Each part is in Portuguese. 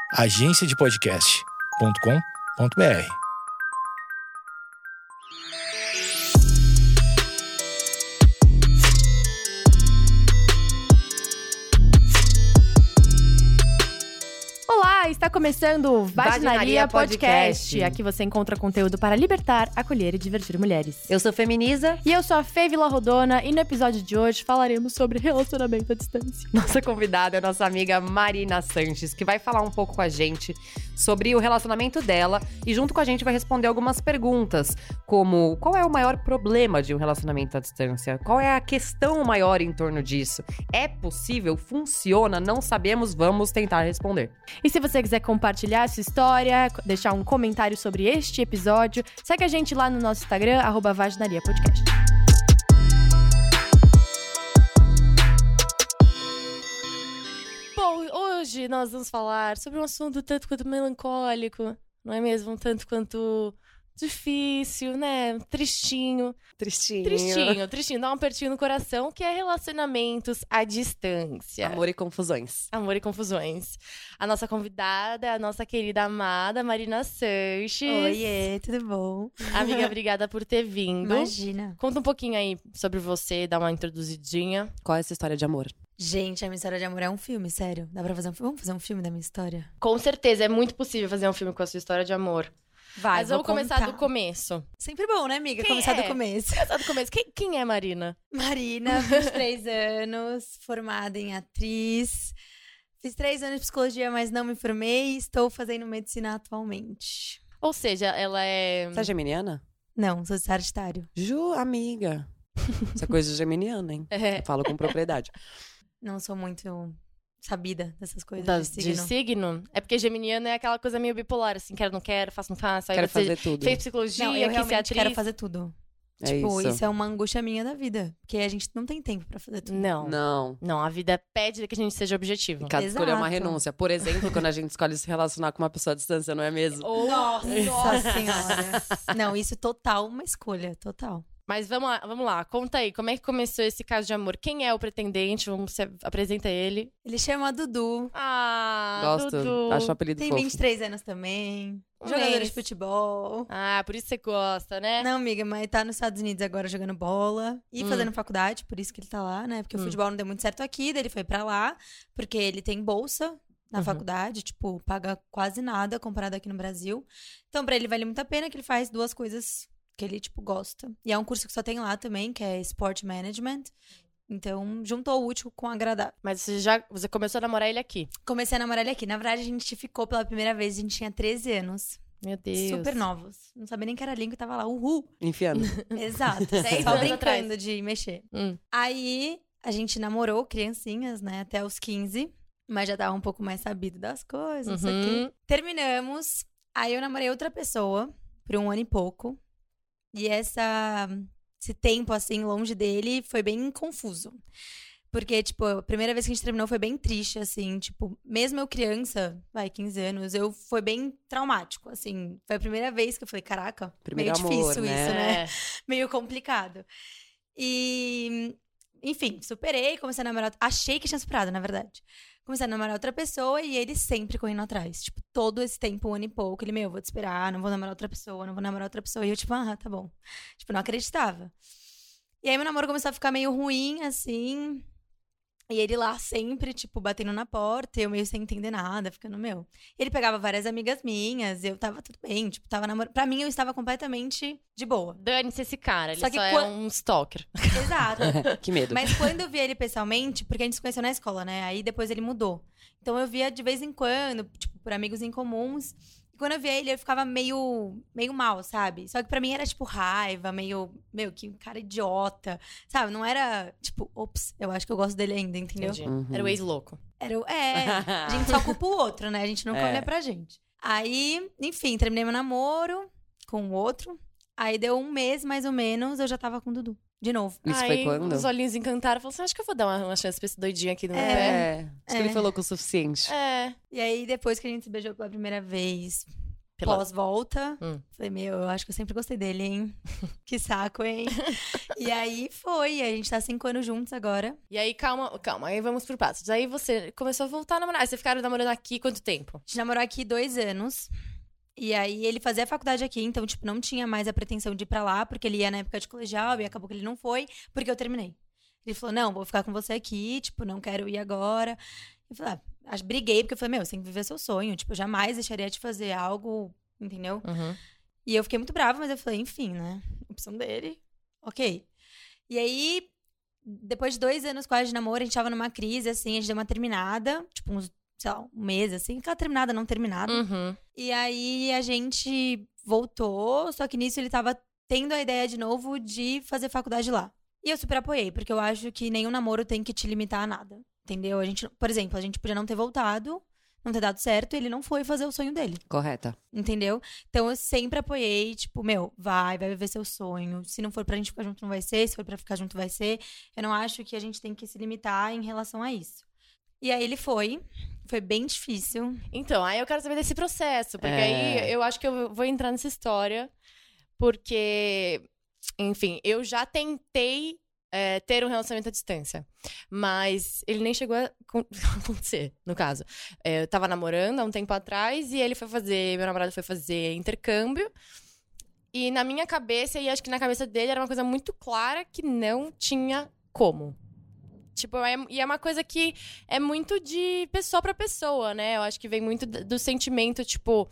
agenciadepodcast.com.br. Está começando o Vaginaria Podcast. Aqui você encontra conteúdo para libertar, acolher e divertir mulheres. Eu sou Feminiza. E eu sou a Fê Villarrodona. E no episódio de hoje falaremos sobre relacionamento à distância. Nossa convidada é a nossa amiga Marina Sanches, que vai falar um pouco com a gente sobre o relacionamento dela. E junto com a gente vai responder algumas perguntas, como qual é o maior problema de um relacionamento à distância? Qual é a questão maior em torno disso? É possível? Funciona? Não sabemos? Vamos tentar responder. E se você quiser compartilhar essa história, deixar um comentário sobre este episódio, segue a gente lá no nosso Instagram, @vaginariapodcast. Bom, hoje nós vamos falar sobre um assunto tanto quanto melancólico, não é mesmo? Tanto quanto difícil, né? Tristinho, dá um apertinho no coração, que é relacionamentos à distância. Amor e confusões. A nossa convidada é a nossa querida amada Marina Sanches. Oiê, tudo bom? Amiga, obrigada por ter vindo. Imagina. Conta um pouquinho aí sobre você, dá uma introduzidinha. Qual é essa história de amor? Gente, a minha história de amor é um filme, sério. Dá pra fazer um filme? Vamos fazer um filme da minha história? Com certeza, é muito possível fazer um filme com a sua história de amor. Vai, mas vamos começar do começo. Sempre bom, né, amiga? Quem começar é? do começo. Começar do começo. Quem é Marina? Marina, 23 anos, formada em atriz. Fiz 3 anos de psicologia, mas não me formei. Estou fazendo medicina atualmente. Ou seja, ela é... Você é geminiana? Não, sou de Sagitário. Amiga. Isso é coisa de geminiana, hein? É. Falo com propriedade. Não sou muito sabida dessas coisas de signo. É porque geminiano é aquela coisa meio bipolar, assim, quero, não quero, faço, não faço. Aí quero você fazer tudo. fez psicologia, não, eu quis ser realmente atriz. quero fazer tudo. É tipo, isso. isso é uma angústia minha da vida. Porque a gente não tem tempo pra fazer tudo. Não, a vida pede que a gente seja objetivo. Cada escolha é uma Exato. renúncia. Por exemplo, quando a gente escolhe se relacionar com uma pessoa à distância, não é mesmo? Nossa senhora. Não, isso total uma escolha, total. Mas vamos lá, conta aí, como é que começou esse caso de amor? Quem é o pretendente? Apresenta ele. Ele chama Dudu. Gosto, Dudu. acho o apelido Tem fofo. 23 anos também. Um Jogador mês. de futebol. Por isso você gosta, né? Não, amiga, mas tá nos Estados Unidos agora jogando bola e fazendo faculdade, por isso que ele tá lá, né? Porque o futebol não deu muito certo aqui, daí ele foi pra lá, porque ele tem bolsa na faculdade, tipo, paga quase nada comparado aqui no Brasil. Então, pra ele vale muito a pena que ele faz 2 coisas que ele, tipo, gosta. E é um curso que só tem lá também, que é Sport Management. Então, juntou o útil com o agradável. Mas você começou a namorar ele aqui. Comecei a namorar ele aqui. Na verdade, a gente ficou pela primeira vez, a gente tinha 13 anos. Meu Deus. Super novos. Não sabia nem que era língua e tava lá, uhul. Enfiando. Exato. 10 Só anos brincando atrás. de mexer. Hum. Aí, a gente namorou criancinhas, né, até os 15. Mas já tava um pouco mais sabido das coisas, não sei o quê. Terminamos. Aí eu namorei outra pessoa por 1 ano e pouco. E esse tempo, assim, longe dele, foi bem confuso. Porque, tipo, a primeira vez que a gente terminou foi bem triste, assim. Tipo, mesmo eu criança, 15 anos, foi bem traumático, assim. Foi a primeira vez que eu falei, caraca, Primeiro meio amor, difícil né? isso, né? Meio complicado. E, enfim, superei, comecei a namorar. Achei que tinha superado, na verdade. Comecei a namorar outra pessoa e ele sempre correndo atrás. Tipo, todo esse tempo, 1 ano e pouco. Ele, vou te esperar, não vou namorar outra pessoa, não vou namorar outra pessoa. E eu, tipo, tá bom. Tipo, não acreditava. E aí, meu namoro começou a ficar meio ruim, assim. E ele lá sempre, tipo, batendo na porta. E eu meio sem entender nada, ficando, Ele pegava várias amigas minhas, eu tava tudo bem. Tipo, tava namorando. Pra mim, eu estava completamente de boa. Dane-se esse cara, ele Só que só é um stalker. Exato. Que medo. Mas quando eu vi ele pessoalmente, porque a gente se conheceu na escola, né? Aí depois ele mudou. Então eu via de vez em quando, tipo, por amigos em comuns. E quando eu via ele, eu ficava meio mal, sabe? Só que pra mim era, tipo, raiva, que cara idiota. Sabe? Não era, tipo, ops, eu acho que eu gosto dele ainda, entendeu? Entendi. Era o ex-louco. A gente só culpa o outro, né? A gente nunca olha pra gente. Aí, enfim, terminei meu namoro com o outro. Aí deu 1 mês, mais ou menos, eu já tava com o Dudu. De novo. Isso aí, foi quando? Os olhinhos encantaram. Falou assim, acho que eu vou dar uma chance pra esse doidinho aqui no meu pé. Acho que ele falou com o suficiente. É. E aí, depois que a gente se beijou pela primeira vez, pós-volta. Falei, eu acho que eu sempre gostei dele, hein? Que saco, hein? E aí foi, a gente tá 5 anos juntos agora. E aí, calma, aí vamos por passos. Aí você começou a voltar a namorar. Vocês ficaram namorando aqui quanto tempo? A gente namorou aqui 2 anos. E aí ele fazia faculdade aqui, então, tipo, não tinha mais a pretensão de ir pra lá, porque ele ia na época de colegial, e acabou que ele não foi, porque eu terminei. Ele falou, não, vou ficar com você aqui, tipo, não quero ir agora. Eu falei, briguei, porque eu falei, você tem que viver seu sonho. Tipo, eu jamais deixaria de fazer algo, entendeu? E eu fiquei muito brava, mas eu falei, enfim, né? Opção dele, ok. E aí, depois de 2 anos quase de namoro, a gente tava numa crise, assim, a gente deu uma terminada, tipo, uns, sei lá, um mês, assim, aquela terminada, não terminada. E aí, a gente voltou, só que nisso ele tava tendo a ideia de novo de fazer faculdade lá. E eu super apoiei, porque eu acho que nenhum namoro tem que te limitar a nada. Entendeu? Por exemplo, a gente podia não ter voltado, não ter dado certo, e ele não foi fazer o sonho dele. Correta. Entendeu? Então eu sempre apoiei, tipo, vai viver seu sonho. Se não for pra gente ficar junto, não vai ser. Se for pra ficar junto, vai ser. Eu não acho que a gente tem que se limitar em relação a isso. E aí ele foi bem difícil. Então, aí eu quero saber desse processo, porque aí eu acho que eu vou entrar nessa história, porque, enfim, eu já tentei ter um relacionamento à distância, mas ele nem chegou a acontecer, no caso. Eu tava namorando há um tempo atrás e meu namorado foi fazer intercâmbio, e na minha cabeça, e acho que na cabeça dele, era uma coisa muito clara que não tinha como. Tipo, e é uma coisa que é muito de pessoa pra pessoa, né? Eu acho que vem muito do sentimento, tipo,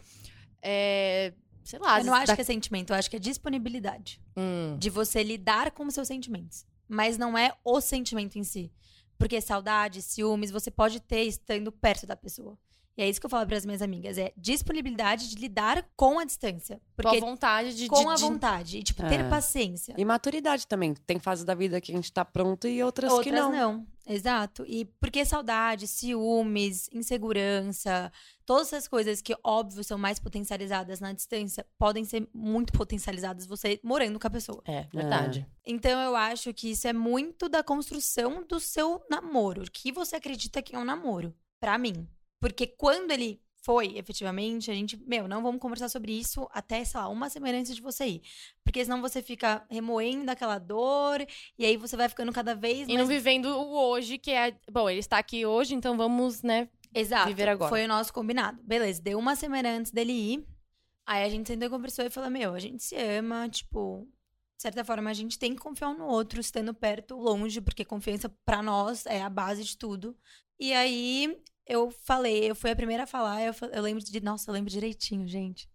sei lá. Eu não acho que é sentimento, eu acho que é disponibilidade. De você lidar com os seus sentimentos. Mas não é o sentimento em si. Porque saudade, ciúmes, você pode ter estando perto da pessoa. E é isso que eu falo para as minhas amigas. É disponibilidade de lidar com a distância. Porque com a vontade Com a vontade. E, tipo, ter paciência. E maturidade também. Tem fases da vida que a gente tá pronto e outras que Outras não. Exato. E porque saudade, ciúmes, insegurança, todas essas coisas que, óbvio, são mais potencializadas na distância, podem ser muito potencializadas você morando com a pessoa. É, verdade. Então, eu acho que isso é muito da construção do seu namoro. O que você acredita que é um namoro. Pra mim. Porque quando ele foi, efetivamente, a gente, não vamos conversar sobre isso até, sei lá, 1 semana antes de você ir. Porque senão você fica remoendo aquela dor, e aí você vai ficando cada vez mais... E não vivendo o hoje, que é... Bom, ele está aqui hoje, então vamos, né, Exato. viver agora. Foi o nosso combinado. Beleza, deu 1 semana antes dele ir, aí a gente sentou e conversou e falou, a gente se ama, tipo... De certa forma, a gente tem que confiar um no outro, estando perto, longe, porque confiança pra nós é a base de tudo. E aí... Eu fui a primeira a falar, eu lembro nossa, eu lembro direitinho, gente.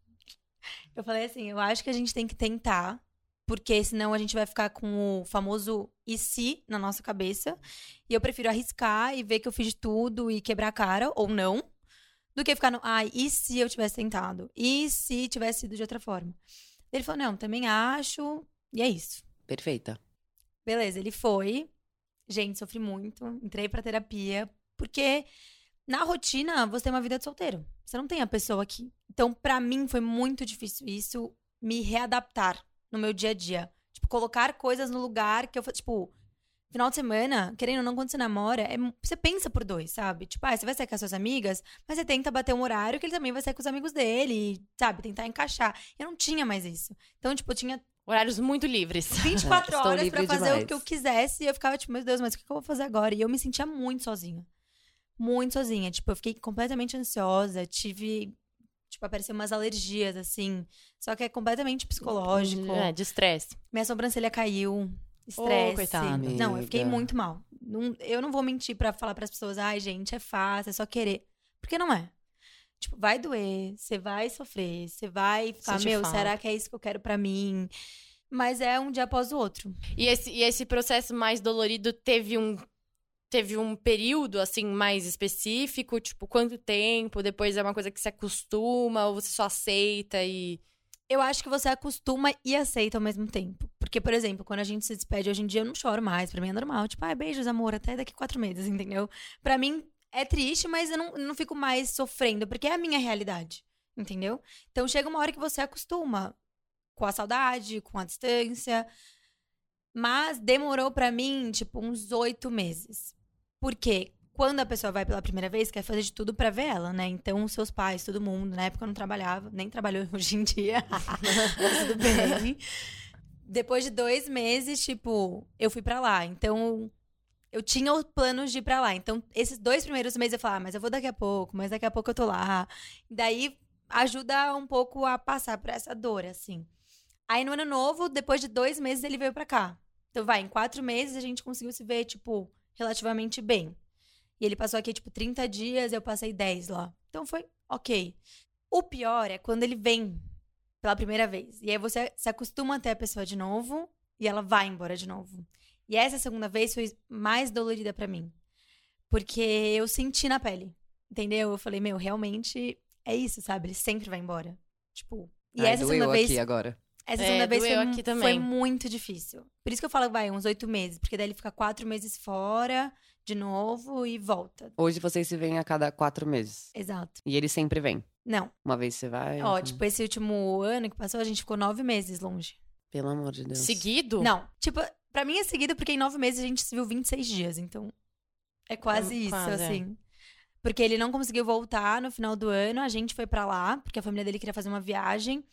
Eu falei assim, eu acho que a gente tem que tentar, porque senão a gente vai ficar com o famoso e se na nossa cabeça. E eu prefiro arriscar e ver que eu fiz de tudo e quebrar a cara, ou não, do que ficar no, e se eu tivesse tentado? E se tivesse sido de outra forma? Ele falou, não, também acho, e é isso. Perfeita. Beleza, ele foi. Gente, sofri muito, entrei pra terapia, porque... Na rotina, você tem uma vida de solteiro. Você não tem a pessoa aqui. Então, pra mim, foi muito difícil isso, me readaptar no meu dia a dia. Tipo, colocar coisas no lugar que eu... Tipo, final de semana, querendo ou não, quando você namora, você pensa por 2, sabe? Tipo, você vai sair com as suas amigas, mas você tenta bater um horário que ele também vai sair com os amigos dele, sabe? Tentar encaixar. Eu não tinha mais isso. Então, tipo, eu tinha... Horários muito livres. 24 horas pra fazer demais. o que eu quisesse. E eu ficava, tipo, meu Deus, mas o que eu vou fazer agora? E eu me sentia muito sozinha. Muito sozinha. Tipo, eu fiquei completamente ansiosa. Tive... Tipo, apareceram umas alergias, assim. Só que é completamente psicológico. De estresse. Minha sobrancelha caiu. Estresse. Coitada. Não, eu fiquei muito mal. Eu não vou mentir pra falar pras pessoas, gente, é fácil, é só querer. Porque não é. Tipo, vai doer, você vai sofrer, você vai ficar, será que é isso que eu quero pra mim? Mas é um dia após o outro. E esse processo mais dolorido teve um período, assim, mais específico? Tipo, quanto tempo? Depois é uma coisa que se acostuma ou você só aceita e... Eu acho que você acostuma e aceita ao mesmo tempo. Porque, por exemplo, quando a gente se despede hoje em dia, eu não choro mais. Pra mim é normal. Tipo, beijos, amor, até daqui 4 meses, entendeu? Pra mim é triste, mas eu não fico mais sofrendo. Porque é a minha realidade, entendeu? Então chega uma hora que você acostuma com a saudade, com a distância. Mas demorou pra mim, tipo, uns 8 meses. Por quê? quando a pessoa vai pela primeira vez, quer fazer de tudo pra ver ela, né? Então, seus pais, todo mundo, na época eu não trabalhava, nem trabalho hoje em dia. Mas tudo bem. Depois de 2 meses, tipo, eu fui pra lá. Então, eu tinha os planos de ir pra lá. Então, esses 2 primeiros meses eu falava, mas eu vou daqui a pouco, mas daqui a pouco eu tô lá. Daí, ajuda um pouco a passar por essa dor, assim. Aí, no ano novo, depois de 2 meses, ele veio pra cá. Então, em 4 meses, a gente conseguiu se ver, tipo, relativamente bem. E ele passou aqui, tipo, 30 dias, eu passei 10 lá. Então, foi ok. O pior é quando ele vem pela primeira vez. E aí, você se acostuma a ter a pessoa de novo, e ela vai embora de novo. E essa segunda vez foi mais dolorida pra mim. Porque eu senti na pele, entendeu? Eu falei, realmente é isso, sabe? Ele sempre vai embora. Tipo, e essa segunda vez... aqui agora. Essa segunda vez aqui também. foi muito difícil. Por isso que eu falo, uns 8 meses. Porque daí ele fica 4 meses fora, de novo, e volta. Hoje vocês se veem a cada 4 meses. Exato. E ele sempre vem. Não. Uma vez você vai. Ó, tipo, esse último ano que passou, a gente ficou 9 meses longe. Pelo amor de Deus. Seguido? Não. Tipo, pra mim é seguido porque em 9 meses a gente se viu 26 dias. Então, é quase isso, assim. Porque ele não conseguiu voltar no final do ano. A gente foi pra lá, porque a família dele queria fazer uma viagem.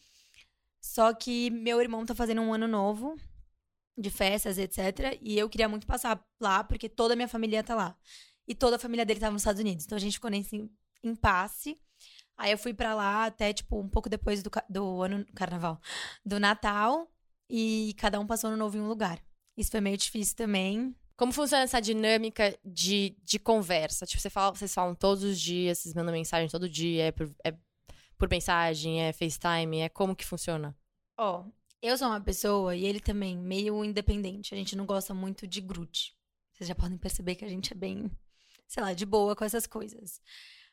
Só que meu irmão tá fazendo um ano novo, de festas, etc. E eu queria muito passar lá, porque toda a minha família tá lá. E toda a família dele tava nos Estados Unidos. Então a gente ficou nesse impasse. Aí eu fui pra lá até, tipo, um pouco depois do ano carnaval, do Natal. E cada um passou no novo em um lugar. Isso foi meio difícil também. Como funciona essa dinâmica de conversa? Tipo, vocês falam todos os dias, vocês mandam mensagem todo dia, é por mensagem, é FaceTime, é como que funciona? Ó, eu sou uma pessoa, e ele também, meio independente. A gente não gosta muito de grude. Vocês já podem perceber que a gente é bem, sei lá, de boa com essas coisas.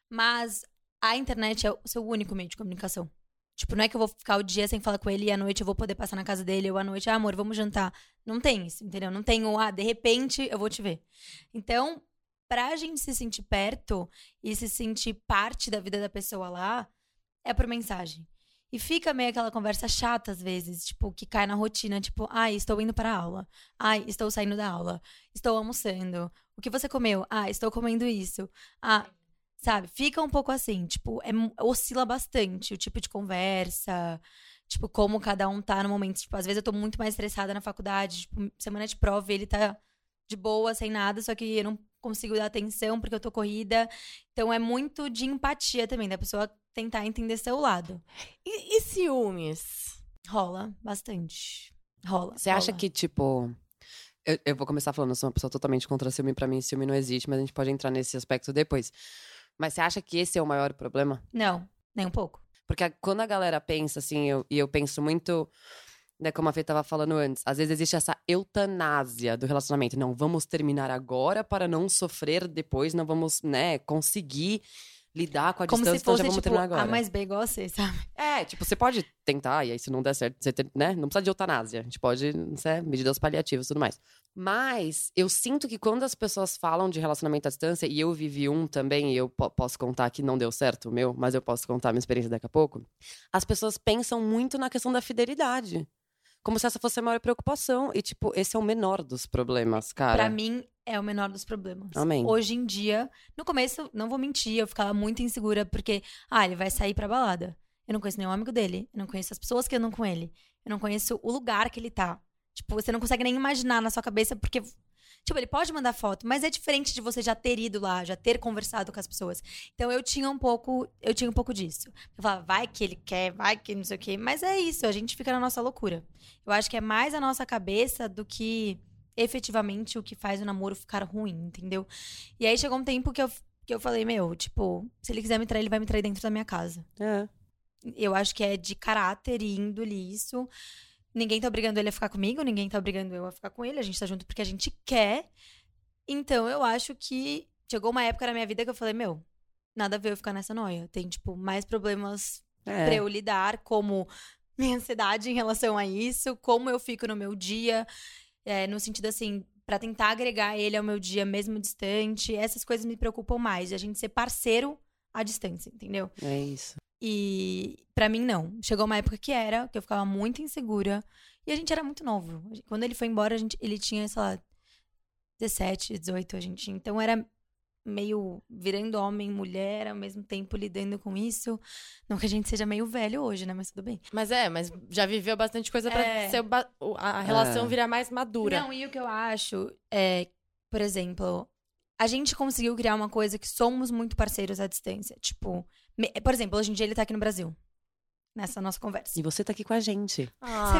Mas a internet é o seu único meio de comunicação. Tipo, não é que eu vou ficar o dia sem falar com ele e à noite eu vou poder passar na casa dele, ou à noite, amor, vamos jantar. Não tem isso, entendeu? Não tem de repente eu vou te ver. Então, pra gente se sentir perto e se sentir parte da vida da pessoa lá, é por mensagem. E fica meio aquela conversa chata, às vezes, tipo, que cai na rotina, tipo, ai, estou indo para a aula. Ai, estou saindo da aula. Estou almoçando. O que você comeu? Ah, estou comendo isso. Ah, sabe? Fica um pouco assim, tipo, oscila bastante o tipo de conversa, tipo, como cada um tá no momento. Tipo, às vezes eu tô muito mais estressada na faculdade, tipo, semana de prova, ele tá de boa, sem nada, só que eu não consigo dar atenção porque eu tô corrida. Então é muito de empatia também, da pessoa tentar entender seu lado. E ciúmes? Rola bastante. Rola. Você acha que, tipo... Eu vou começar falando, eu sou uma pessoa totalmente contra ciúme. Pra mim, ciúme não existe, mas a gente pode entrar nesse aspecto depois. Mas você acha que esse é o maior problema? Não, nem um pouco. Porque quando a galera pensa, assim, eu penso muito... Né, como a Fê tava falando antes, às vezes existe essa eutanásia do relacionamento. Não, vamos terminar agora para não sofrer depois, não vamos, né, conseguir lidar com a como distância, se fosse, então já vamos tipo, terminar agora. A mais B igual você, sabe? É, tipo, você pode tentar, e aí se não der certo, você né, não precisa de eutanásia. A gente pode, né, medidas paliativas e tudo mais. Mas eu sinto que quando as pessoas falam de relacionamento à distância, e eu vivi um também, e eu posso contar que não deu certo o meu, mas eu posso contar a minha experiência daqui a pouco, as pessoas pensam muito na questão da fidelidade. Como se essa fosse a maior preocupação. E, tipo, esse é o menor dos problemas, cara. Pra mim, é o menor dos problemas. Amém. Hoje em dia, no começo, não vou mentir, eu ficava muito insegura, porque, ele vai sair pra balada. Eu não conheço nenhum amigo dele, eu não conheço as pessoas que andam com ele, eu não conheço o lugar que ele tá. Tipo, você não consegue nem imaginar na sua cabeça, porque... Tipo, ele pode mandar foto, mas é diferente de você já ter ido lá, já ter conversado com as pessoas. Então, eu tinha um pouco disso. Eu falava, vai que ele quer, vai que não sei o quê. Mas é isso, a gente fica na nossa loucura. Eu acho que é mais a nossa cabeça do que efetivamente o que faz o namoro ficar ruim, entendeu? E aí, chegou um tempo que eu falei, tipo, se ele quiser me trair, ele vai me trair dentro da minha casa. É. Eu acho que é de caráter e índole isso. Ninguém tá obrigando ele a ficar comigo, ninguém tá obrigando eu a ficar com ele. A gente tá junto porque a gente quer. Então, eu acho que chegou uma época na minha vida que eu falei, nada a ver eu ficar nessa noia. Tem, tipo, mais problemas pra eu lidar, como minha ansiedade em relação a isso, como eu fico no meu dia, no sentido, assim, pra tentar agregar ele ao meu dia mesmo distante. Essas coisas me preocupam mais, de a gente ser parceiro à distância, entendeu? É isso. E pra mim, não. Chegou uma época que eu ficava muito insegura. E a gente era muito novo. Quando ele foi embora, ele tinha, sei lá, 17, 18, a gente. Então era meio virando homem e mulher, ao mesmo tempo lidando com isso. Não que a gente seja meio velho hoje, né? Mas tudo bem. Mas já viveu bastante coisa pra ser a relação virar mais madura. Não, e o que eu acho é, por exemplo, a gente conseguiu criar uma coisa que somos muito parceiros à distância. Tipo, por exemplo, hoje em dia ele tá aqui no Brasil. Nessa nossa conversa. E você tá aqui com a gente. Você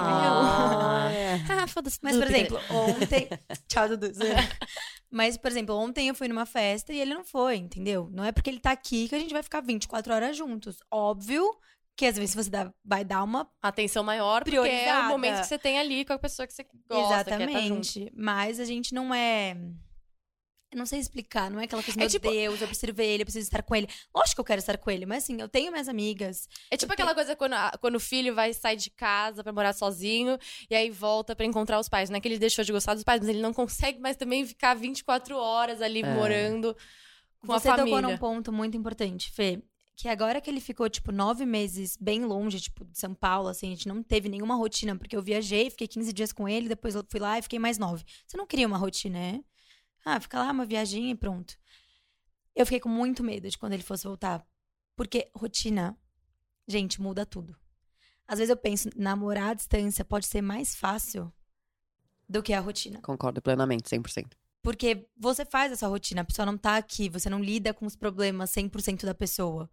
viu? Foda-se. Mas, por exemplo, ontem... Tchau, Dudu. Mas, por exemplo, ontem eu fui numa festa e ele não foi, entendeu? Não é porque ele tá aqui que a gente vai ficar 24 horas juntos. Óbvio que às vezes você vai dar uma atenção maior, porque é o momento que você tem ali com a pessoa que você gosta. Exatamente. Quer tá mas a gente não é... Eu não sei explicar, não é aquela coisa, meu Deus, eu preciso ver ele, eu preciso estar com ele. Lógico que eu quero estar com ele, mas assim, eu tenho minhas amigas. É tipo aquela coisa quando o filho vai sair de casa pra morar sozinho e aí volta pra encontrar os pais. Não é que ele deixou de gostar dos pais, mas ele não consegue mais também ficar 24 horas ali morando com a família. Você tocou num ponto muito importante, Fê. Que agora que ele ficou, tipo, 9 meses bem longe, tipo, de São Paulo, assim, a gente não teve nenhuma rotina, porque eu viajei, fiquei 15 dias com ele, depois eu fui lá e fiquei mais 9. Você não queria uma rotina, né? Fica lá uma viagem e pronto. Eu fiquei com muito medo de quando ele fosse voltar. Porque rotina, gente, muda tudo. Às vezes eu penso, namorar à distância pode ser mais fácil do que a rotina. Concordo plenamente, 100%. Porque você faz essa rotina, a pessoa não tá aqui, você não lida com os problemas 100% da pessoa.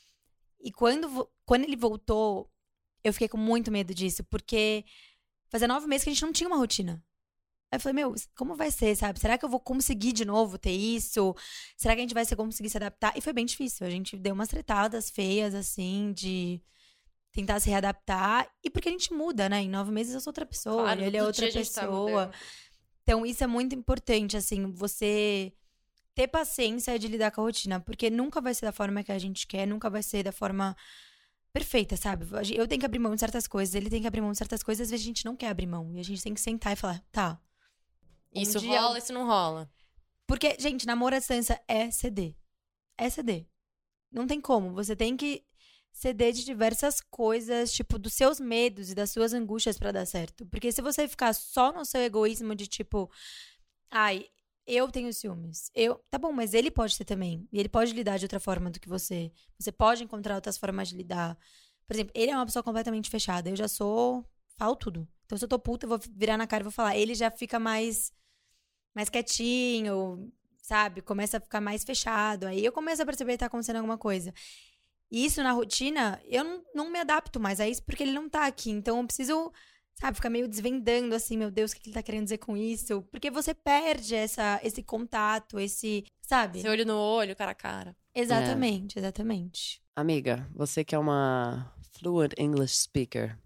E quando ele voltou, eu fiquei com muito medo disso, porque fazia 9 meses que a gente não tinha uma rotina. Aí eu falei, como vai ser, sabe? Será que eu vou conseguir de novo ter isso? Será que a gente vai conseguir se adaptar? E foi bem difícil. A gente deu umas tretadas feias, assim, de tentar se readaptar. E porque a gente muda, né? Em 9 meses eu sou outra pessoa, claro, ele é outra pessoa. Então, isso é muito importante, assim, você ter paciência de lidar com a rotina. Porque nunca vai ser da forma que a gente quer, nunca vai ser da forma perfeita, sabe? Eu tenho que abrir mão de certas coisas, ele tem que abrir mão de certas coisas, às vezes a gente não quer abrir mão. E a gente tem que sentar e falar, tá. Isso rola, isso não rola. Porque, gente, namoro à distância é ceder. É ceder. Não tem como. Você tem que ceder de diversas coisas, tipo, dos seus medos e das suas angústias pra dar certo. Porque se você ficar só no seu egoísmo de tipo, eu tenho ciúmes. Tá bom, mas ele pode ter também. E ele pode lidar de outra forma do que você. Você pode encontrar outras formas de lidar. Por exemplo, ele é uma pessoa completamente fechada. Eu já falo tudo. Então, se eu tô puta, eu vou virar na cara e vou falar. Ele já fica mais quietinho, sabe? Começa a ficar mais fechado. Aí eu começo a perceber que tá acontecendo alguma coisa. E isso na rotina, eu não me adapto mais a isso porque ele não tá aqui. Então eu preciso, sabe, ficar meio desvendando assim, meu Deus, o que ele tá querendo dizer com isso? Porque você perde esse contato, sabe? Seu olho no olho, cara a cara. Exatamente, exatamente. Amiga, você que é uma fluent English speaker.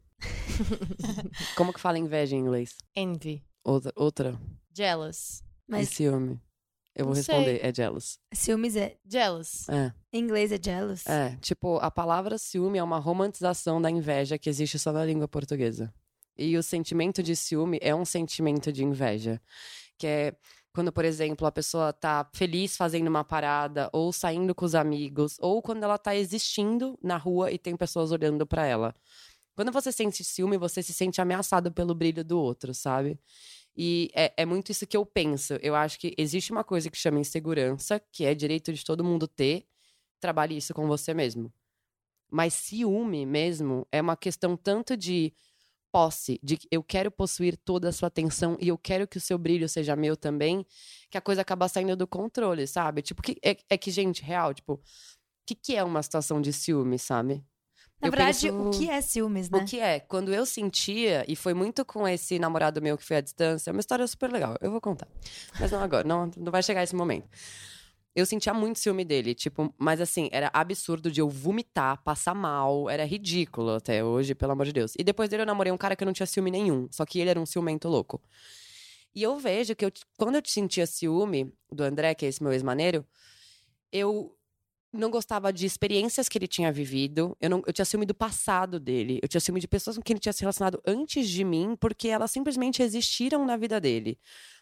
Como que fala inveja em inglês? Envy. Outra? Jealous. E ciúme? Eu vou responder, é jealous. Ciúmes é... Jealous. Em inglês é jealous? Tipo, a palavra ciúme é uma romantização da inveja que existe só na língua portuguesa. E o sentimento de ciúme é um sentimento de inveja. Que é quando, por exemplo, a pessoa tá feliz fazendo uma parada, ou saindo com os amigos, ou quando ela tá existindo na rua e tem pessoas olhando pra ela. Quando você sente ciúme, você se sente ameaçado pelo brilho do outro, sabe? E é muito isso que eu penso. Eu acho que existe uma coisa que chama insegurança, que é direito de todo mundo ter. Trabalhe isso com você mesmo. Mas ciúme mesmo é uma questão tanto de posse, de que eu quero possuir toda a sua atenção e eu quero que o seu brilho seja meu também, que a coisa acaba saindo do controle, sabe? Tipo, que, gente, real, tipo, o que é uma situação de ciúme, sabe? Na verdade, o que é ciúmes, né? O que é? Quando eu sentia, e foi muito com esse namorado meu que foi à distância, é uma história super legal, eu vou contar. Mas não agora, não vai chegar esse momento. Eu sentia muito ciúme dele, tipo, mas assim, era absurdo de eu vomitar, passar mal, era ridículo até hoje, pelo amor de Deus. E depois dele eu namorei um cara que eu não tinha ciúme nenhum, só que ele era um ciumento louco. E eu vejo que quando eu sentia ciúme do André, que é esse meu ex-maneiro, eu não gostava de experiências que ele tinha vivido. Eu tinha ciúme do passado dele. Eu tinha ciúme de pessoas com quem ele tinha se relacionado antes de mim, porque elas simplesmente existiram na vida dele.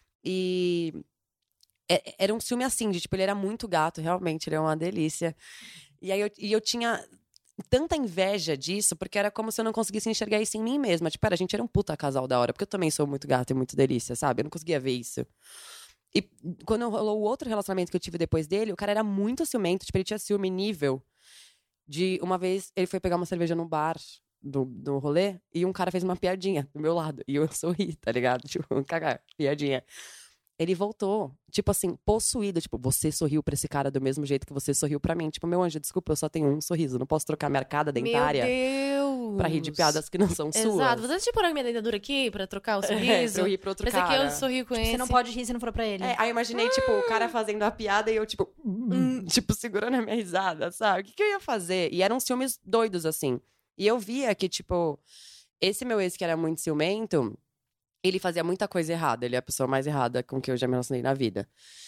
E era um ciúme assim, de tipo, ele era muito gato, realmente, ele é uma delícia. E aí eu tinha tanta inveja disso, porque era como se eu não conseguisse enxergar isso em mim mesma. Tipo, a gente era um puta casal da hora, porque eu também sou muito gata e muito delícia, sabe? Eu não conseguia ver isso. E quando rolou o outro relacionamento que eu tive depois dele, o cara era muito ciumento. Tipo, ele tinha ciúme nível de... Uma vez, ele foi pegar uma cerveja no bar do rolê e um cara fez uma piadinha do meu lado. E eu sorri, tá ligado? Tipo, piadinha. Ele voltou, tipo assim, possuído. Tipo, você sorriu pra esse cara do mesmo jeito que você sorriu pra mim. Tipo, meu anjo, desculpa, eu só tenho um sorriso. Não posso trocar minha arcada dentária pra rir de piadas que não são suas. Exato. Você deixa eu pôr minha dentadura aqui pra trocar o sorriso? Pra eu rir pro outro Esse cara. aqui eu sorrio com esse. Você não pode rir se não for pra ele. Aí eu imaginei, tipo, o cara fazendo a piada e eu, tipo... tipo, segurando a minha risada, sabe? O que eu ia fazer? E eram ciúmes doidos, assim. E eu via que, tipo... Esse meu ex, que era muito ciumento... Ele fazia muita coisa errada. Ele é a pessoa mais errada com que eu já me relacionei na vida.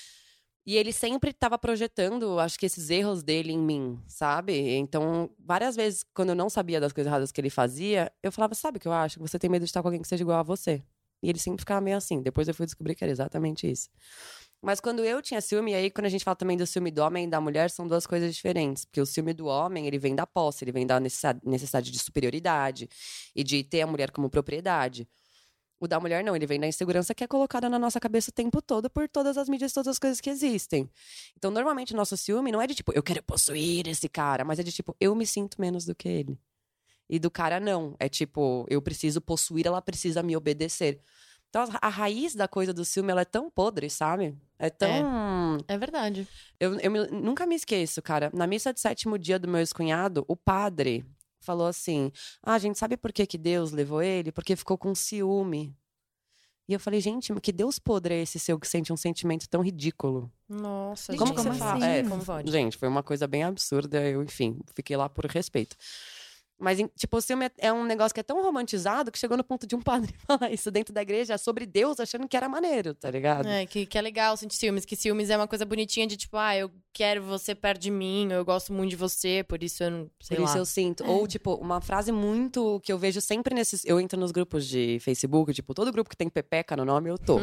E ele sempre tava projetando, acho que esses erros dele em mim, sabe? Então, várias vezes, quando eu não sabia das coisas erradas que ele fazia, eu falava, sabe o que eu acho? Que você tem medo de estar com alguém que seja igual a você. E ele sempre ficava meio assim. Depois eu fui descobrir que era exatamente isso. Mas quando eu tinha ciúme, e aí quando a gente fala também do ciúme do homem e da mulher, são duas coisas diferentes. Porque o ciúme do homem, ele vem da posse, ele vem da necessidade de superioridade e de ter a mulher como propriedade. O da mulher não, ele vem da insegurança que é colocada na nossa cabeça o tempo todo por todas as mídias, todas as coisas que existem. Então, normalmente, o nosso ciúme não é de tipo, eu quero possuir esse cara, mas é de tipo, eu me sinto menos do que ele. E do cara, não. É tipo, eu preciso possuir, ela precisa me obedecer. Então, a raiz da coisa do ciúme, ela é tão podre, sabe? É tão... É verdade. Eu nunca me esqueço, cara. Na missa de 7º dia do meu ex-cunhado, o padre... falou assim, a gente sabe por que Deus levou ele? Porque ficou com ciúme. E eu falei, gente, que Deus podre é esse seu que sente um sentimento tão ridículo? Nossa, Como gente. que você fala? assim? Como pode? Gente, foi uma coisa bem absurda. Eu, enfim, fiquei lá por respeito. Mas, tipo, o ciúme é um negócio que é tão romantizado que chegou no ponto de um padre falar isso dentro da igreja sobre Deus, achando que era maneiro, tá ligado? É, que é legal sentir ciúmes. Que ciúmes é uma coisa bonitinha de tipo, eu quero você perto de mim, eu gosto muito de você, por isso eu não sei Por lá. isso eu sinto. Ou, tipo, uma frase muito que eu vejo sempre nesses... Eu entro nos grupos de Facebook, tipo, todo grupo que tem Pepeca no nome, eu tô.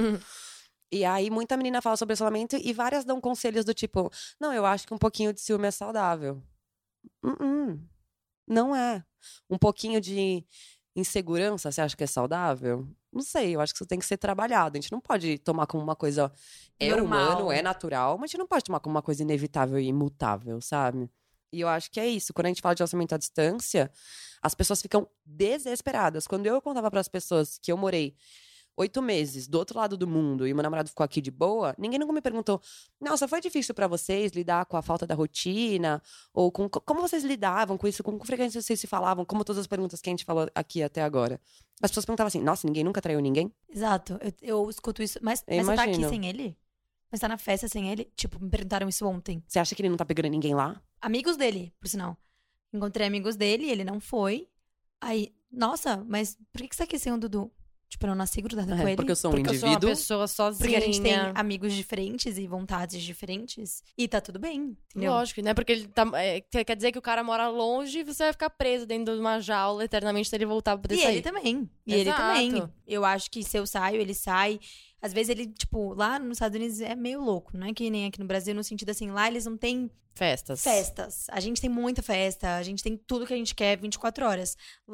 E aí, muita menina fala sobre relacionamento e várias dão conselhos do tipo... Não, eu acho que um pouquinho de ciúme é saudável. Não é. Um pouquinho de insegurança, você acha que é saudável? Não sei, eu acho que isso tem que ser trabalhado. A gente não pode tomar como uma coisa... É Normal. humano, é natural, mas a gente não pode tomar como uma coisa inevitável e imutável, sabe? E eu acho que é isso. Quando a gente fala de relacionamento à distância, as pessoas ficam desesperadas. Quando eu contava para as pessoas que eu morei 8 meses do outro lado do mundo e meu namorado ficou aqui de boa, ninguém nunca me perguntou, nossa, foi difícil pra vocês lidar com a falta da rotina? Ou com como vocês lidavam com isso? Com frequência vocês se falavam? Como todas as perguntas que a gente falou aqui até agora. As pessoas perguntavam assim, nossa, ninguém nunca traiu ninguém? Exato. Eu escuto isso. Mas você tá aqui sem ele? Mas tá na festa sem ele? Tipo, me perguntaram isso ontem. Você acha que ele não tá pegando ninguém lá? Amigos dele, por sinal. Encontrei amigos dele, ele não foi. Aí, nossa, mas por que você tá aqui sem o Dudu? Tipo, eu não nasci grudada com ele. Porque eu sou um Porque eu sou uma indivíduo. pessoa sozinha. Porque a gente tem amigos diferentes e vontades diferentes. E tá tudo bem, entendeu? Lógico, né? Porque ele tá, quer dizer que o cara mora longe e você vai ficar preso dentro de uma jaula eternamente até ele voltar pra poder E sair. ele também. E Exato. ele também. Eu acho que se eu saio, ele sai. Às vezes ele, tipo, lá nos Estados Unidos é meio louco. Não é que nem aqui no Brasil, no sentido assim, lá eles não têm Festas. festas. A gente tem muita festa, a gente tem tudo que a gente quer 24 horas.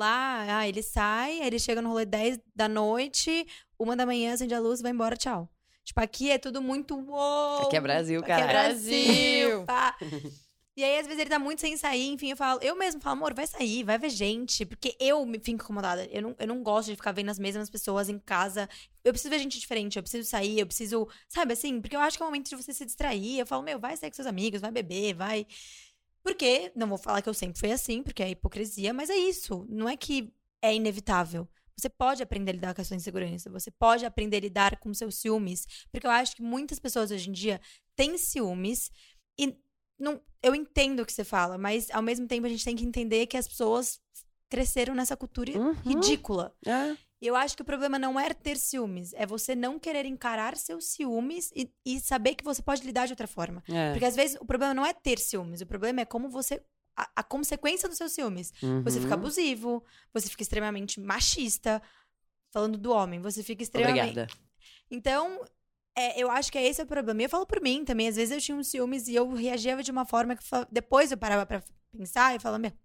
Lá, ele sai, aí ele chega no rolê 10 da noite, 1 da manhã, acende a luz, vai embora, tchau. Tipo, aqui é tudo muito uou. Aqui é Brasil, Aqui é cara. Brasil, pá. E aí, às vezes, ele tá muito sem sair, enfim, eu mesmo falo, amor, vai sair, vai ver gente, porque eu me fico incomodada. Eu não gosto de ficar vendo as mesmas pessoas em casa. Eu preciso ver gente diferente, eu preciso sair, eu preciso, sabe assim? Porque eu acho que é o momento de você se distrair. Eu falo, vai sair com seus amigos, vai beber, vai. Porque, não vou falar que eu sempre fui assim, porque é hipocrisia, mas é isso. Não é que é inevitável. Você pode aprender a lidar com a sua insegurança, você pode aprender a lidar com seus ciúmes. Porque eu acho que muitas pessoas hoje em dia têm ciúmes e. Não, eu entendo o que você fala, mas ao mesmo tempo a gente tem que entender que as pessoas cresceram nessa cultura ridícula. É. E eu acho que o problema não é ter ciúmes, é você não querer encarar seus ciúmes e saber que você pode lidar de outra forma. É. Porque às vezes o problema não é ter ciúmes, o problema é como você. A consequência dos seus ciúmes. Você fica abusivo, você fica extremamente machista. Falando do homem, você fica extremamente. Obrigada. Então. Eu acho que esse é o problema. E eu falo por mim também. Às vezes eu tinha uns ciúmes e eu reagia de uma forma que depois eu parava pra pensar e falava,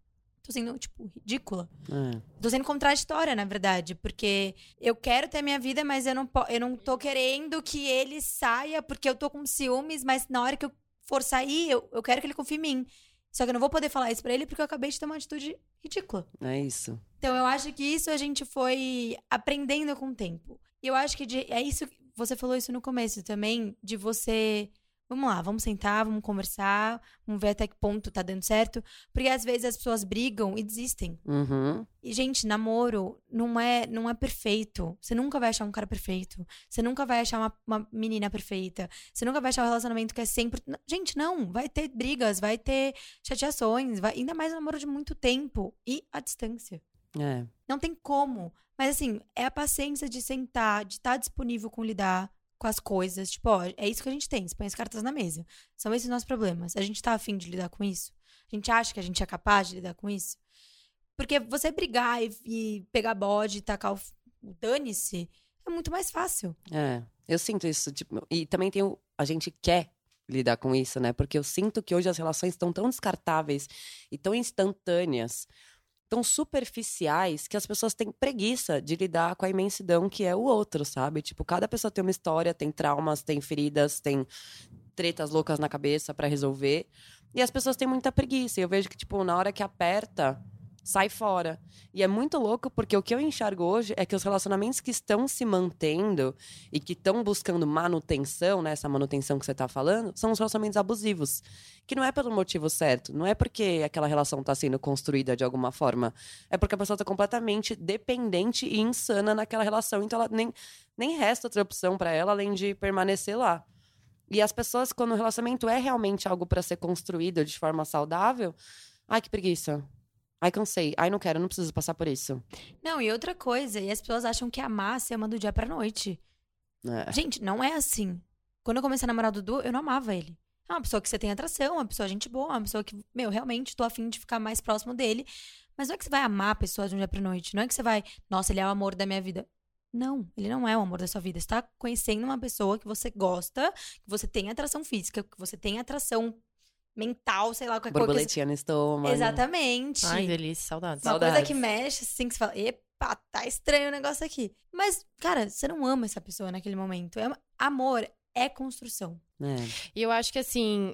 tô sendo, tipo, ridícula. É. Tô sendo contraditória, na verdade. Porque eu quero ter a minha vida, mas eu não tô querendo que ele saia porque eu tô com ciúmes, mas na hora que eu for sair, eu quero que ele confie em mim. Só que eu não vou poder falar isso pra ele porque eu acabei de ter uma atitude ridícula. É isso. Então, eu acho que isso a gente foi aprendendo com o tempo. E eu acho que é isso, você falou isso no começo também, de você... Vamos lá, vamos sentar, vamos conversar, vamos ver até que ponto tá dando certo. Porque às vezes as pessoas brigam e desistem. Uhum. E, gente, namoro não é perfeito. Você nunca vai achar um cara perfeito. Você nunca vai achar uma menina perfeita. Você nunca vai achar um relacionamento que é sempre... Gente, não. Vai ter brigas, vai ter chateações. Ainda mais um namoro de muito tempo. E a distância. É. Não tem como. Mas, assim, é a paciência de sentar, de estar disponível com lidar com as coisas. Tipo, ó, é isso que a gente tem. Você põe as cartas na mesa. São esses os nossos problemas. A gente tá afim de lidar com isso? A gente acha que a gente é capaz de lidar com isso? Porque você brigar e pegar bode e tacar o dane-se é muito mais fácil. É, eu sinto isso. Tipo, e também a gente quer lidar com isso, né? Porque eu sinto que hoje as relações estão tão descartáveis e tão instantâneas, tão superficiais, que as pessoas têm preguiça de lidar com a imensidão que é o outro, sabe? Tipo, cada pessoa tem uma história, tem traumas, tem feridas, tem tretas loucas na cabeça pra resolver. E as pessoas têm muita preguiça. E eu vejo que, tipo, na hora que aperta, sai fora. E é muito louco, porque o que eu enxergo hoje é que os relacionamentos que estão se mantendo e que estão buscando manutenção, né, essa manutenção que você tá falando, são os relacionamentos abusivos. Que não é pelo motivo certo. Não é porque aquela relação tá sendo construída de alguma forma. É porque a pessoa tá completamente dependente e insana naquela relação. Então, ela nem resta outra opção pra ela, além de permanecer lá. E as pessoas, quando o relacionamento é realmente algo pra ser construído de forma saudável, ai, que preguiça. Ai, cansei. Ai, não quero, não preciso passar por isso. Não, e outra coisa, e as pessoas acham que amar se ama do dia pra noite. É. Gente, não é assim. Quando eu comecei a namorar o Dudu, eu não amava ele. É uma pessoa que você tem atração, uma pessoa gente boa, uma pessoa que, realmente tô afim de ficar mais próximo dele. Mas não é que você vai amar a pessoa de um dia pra noite. Não é que você vai, nossa, ele é o amor da minha vida. Não, ele não é o amor da sua vida. Você tá conhecendo uma pessoa que você gosta, que você tem atração física, que você tem atração mental, sei lá, qualquer coisa. Borboletinha no estômago. Exatamente. Ai, delícia, saudades. Uma Saudades. coisa que mexe, assim, que você fala, epa, tá estranho o negócio aqui. Mas, cara, você não ama essa pessoa naquele momento. Amor é construção. É. E eu acho que, assim,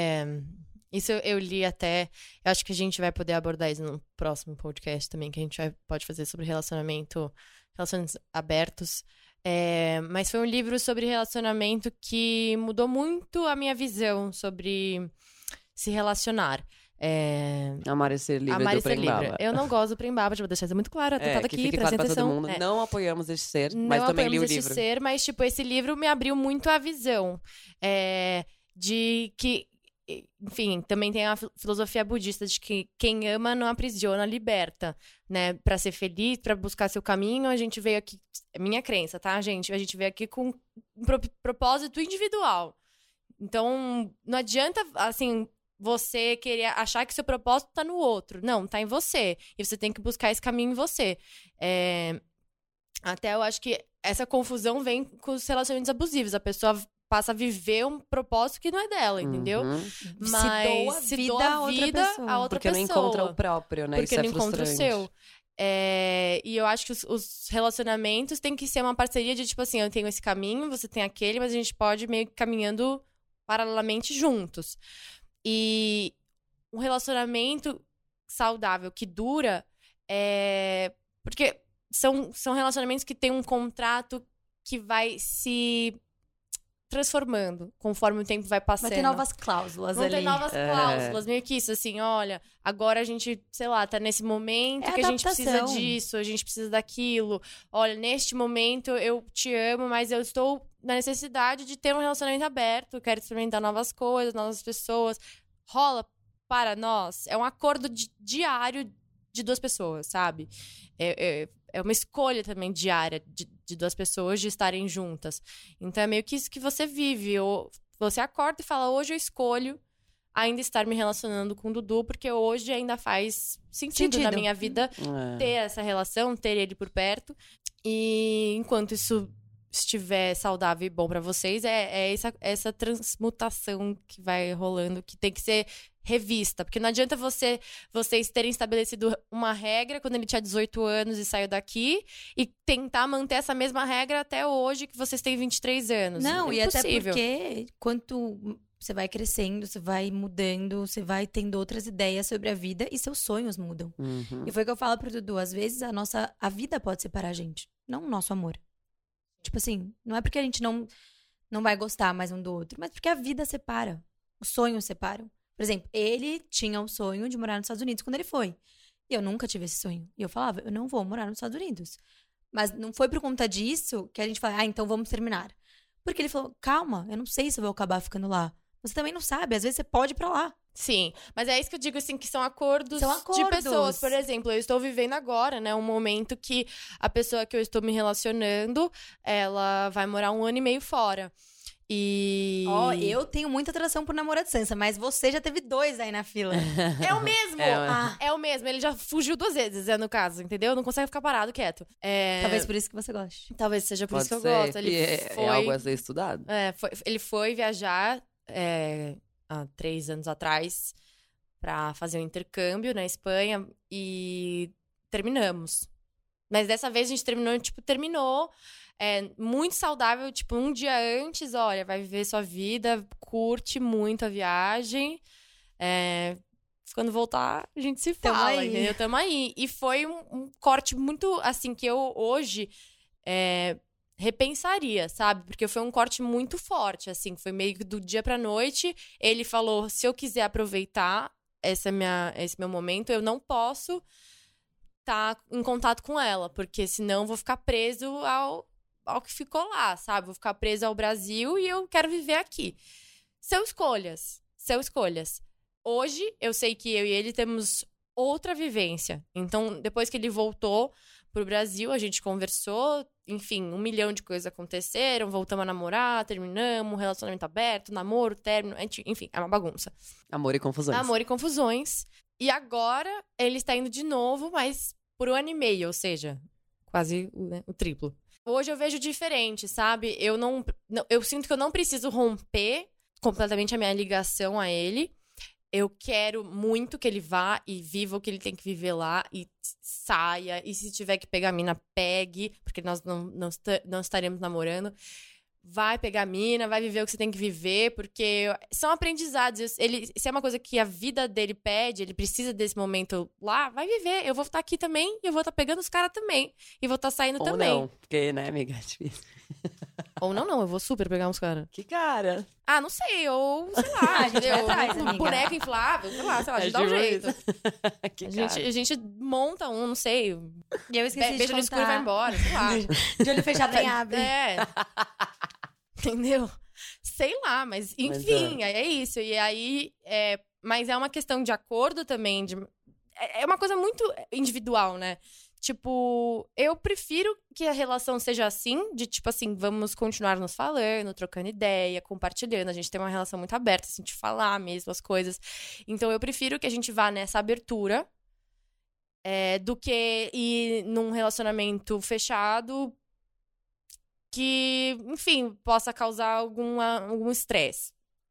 isso eu li até... Eu acho que a gente vai poder abordar isso no próximo podcast também, que a gente pode fazer sobre relacionamentos abertos. Mas foi um livro sobre relacionamento que mudou muito a minha visão sobre se relacionar. Amar esse livro Amar do e ser Prembaba. livre. Eu não gosto do Prembaba, vou deixar isso muito claro. Atentado Que aqui, fique presta claro pra atenção. todo mundo. Não apoiamos este ser, mas Não também li o apoiamos este livro. ser, mas, tipo, esse livro me abriu muito a visão. De que, enfim, também tem a filosofia budista de que quem ama não aprisiona, liberta, né? Pra ser feliz, pra buscar seu caminho, a gente veio aqui... É minha crença, tá, gente? A gente veio aqui com um propósito individual. Então, não adianta, assim... Você querer achar que seu propósito tá no outro. Não, tá em você. E você tem que buscar esse caminho em você. Até eu acho que essa confusão vem com os relacionamentos abusivos. A pessoa passa a viver um propósito que não é dela, entendeu? Mas se doa a vida a outra Porque pessoa. não encontra o próprio, né? Porque Isso não é encontra o frustrante. seu. E eu acho que os relacionamentos têm que ser uma parceria de, tipo assim, eu tenho esse caminho, você tem aquele, mas a gente pode meio que caminhando paralelamente juntos. E um relacionamento saudável que dura porque são relacionamentos que têm um contrato que vai se transformando conforme o tempo vai passando. Vai ter novas cláusulas Vão ali. ter novas cláusulas, meio que isso, assim, olha, agora a gente, sei lá, tá nesse momento que a gente precisa adaptação. disso, a gente precisa daquilo. Olha, neste momento eu te amo, mas eu estou na necessidade de ter um relacionamento aberto, quero experimentar novas coisas, novas pessoas. Rola para nós, é um acordo diário de duas pessoas, sabe? É uma escolha também diária de duas pessoas de estarem juntas. Então é meio que isso que você vive. Ou você acorda e fala, hoje eu escolho ainda estar me relacionando com o Dudu, porque hoje ainda faz sentido na minha vida ter essa relação, ter ele por perto. E enquanto isso estiver saudável e bom pra vocês, essa transmutação que vai rolando, que tem que ser revista. Porque não adianta vocês terem estabelecido uma regra quando ele tinha 18 anos e saiu daqui e tentar manter essa mesma regra até hoje, que vocês têm 23 anos. Não, é e até impossível. porque quanto você vai crescendo, você vai mudando, você vai tendo outras ideias sobre a vida e seus sonhos mudam. Uhum. E foi o que eu falo pro Dudu, às vezes a vida pode separar a gente, não o nosso amor. Tipo assim, não é porque a gente não vai gostar mais um do outro, mas porque a vida separa, os sonhos separam. Por exemplo, ele tinha o sonho de morar nos Estados Unidos quando ele foi. E eu nunca tive esse sonho. E eu falava, eu não vou morar nos Estados Unidos. Mas não foi por conta disso que a gente fala, então vamos terminar. Porque ele falou, calma, eu não sei se eu vou acabar ficando lá. Você também não sabe, às vezes você pode ir pra lá. Sim, mas é isso que eu digo, assim, que são acordos, São de acordos. pessoas. Por exemplo, eu estou vivendo agora, né, um momento que a pessoa que eu estou me relacionando, ela vai morar 1 ano e meio fora. E... Ó, eu tenho muita atração por namoro à distância, mas você já teve 2 aí na fila. É o mesmo! É, É o mesmo, ele já fugiu 2 vezes, no caso, entendeu? Não consegue ficar parado, quieto. Talvez por isso que você goste. Talvez seja por Pode isso que eu ser. gosto. Ele E é foi... algo a ser estudado. Ele foi viajar há 3 anos atrás pra fazer um intercâmbio na Espanha e terminamos. Mas dessa vez a gente terminou muito saudável, tipo, um dia antes, olha, vai viver sua vida, curte muito a viagem. Quando voltar, a gente se fala, entendeu? Tamo aí. E foi um corte muito, assim, que eu hoje repensaria, sabe? Porque foi um corte muito forte, assim, foi meio que do dia pra noite. Ele falou, se eu quiser aproveitar esse meu momento, eu não posso estar em contato com ela, porque senão eu vou ficar preso ao que ficou lá, sabe? Vou ficar preso ao Brasil e eu quero viver aqui. São escolhas. Hoje, eu sei que eu e ele temos outra vivência. Então, depois que ele voltou pro Brasil, a gente conversou, enfim, 1 milhão de coisas aconteceram, voltamos a namorar, terminamos, relacionamento aberto, namoro, término, enfim, é uma bagunça. Amor e confusões. Amor e confusões. E agora, ele está indo de novo, mas por 1 ano e meio, ou seja, quase o triplo. Hoje eu vejo diferente, sabe? Eu sinto que eu não preciso romper completamente a minha ligação a ele. Eu quero muito que ele vá e viva o que ele tem que viver lá e saia. E se tiver que pegar a mina, pegue, porque nós não estaremos namorando. Vai pegar a mina, vai viver o que você tem que viver, porque são aprendizados. Se é uma coisa que a vida dele pede, ele precisa desse momento lá, vai viver. Eu vou estar aqui também, e eu vou estar pegando os caras também. E vou estar saindo Ou também. não, porque, né, amiga, é difícil. Ou não, eu vou super pegar uns caras. Que cara? Ah, não sei, ou sei lá, A gente vai atrás, um amiga. boneco inflável, sei lá, a gente dá um tipo jeito. isso. Que cara. A gente monta um, não sei, E eu esqueci de beijo no escuro e vai embora, sei lá. De olho fechado nem abre. Entendeu? Sei lá, mas enfim, é isso. E aí, mas é uma questão de acordo também, é uma coisa muito individual, né? Tipo, eu prefiro que a relação seja assim, de tipo assim, vamos continuar nos falando, trocando ideia, compartilhando. A gente tem uma relação muito aberta, assim, de falar mesmo as coisas. Então, eu prefiro que a gente vá nessa abertura do que ir num relacionamento fechado que, enfim, possa causar algum estresse.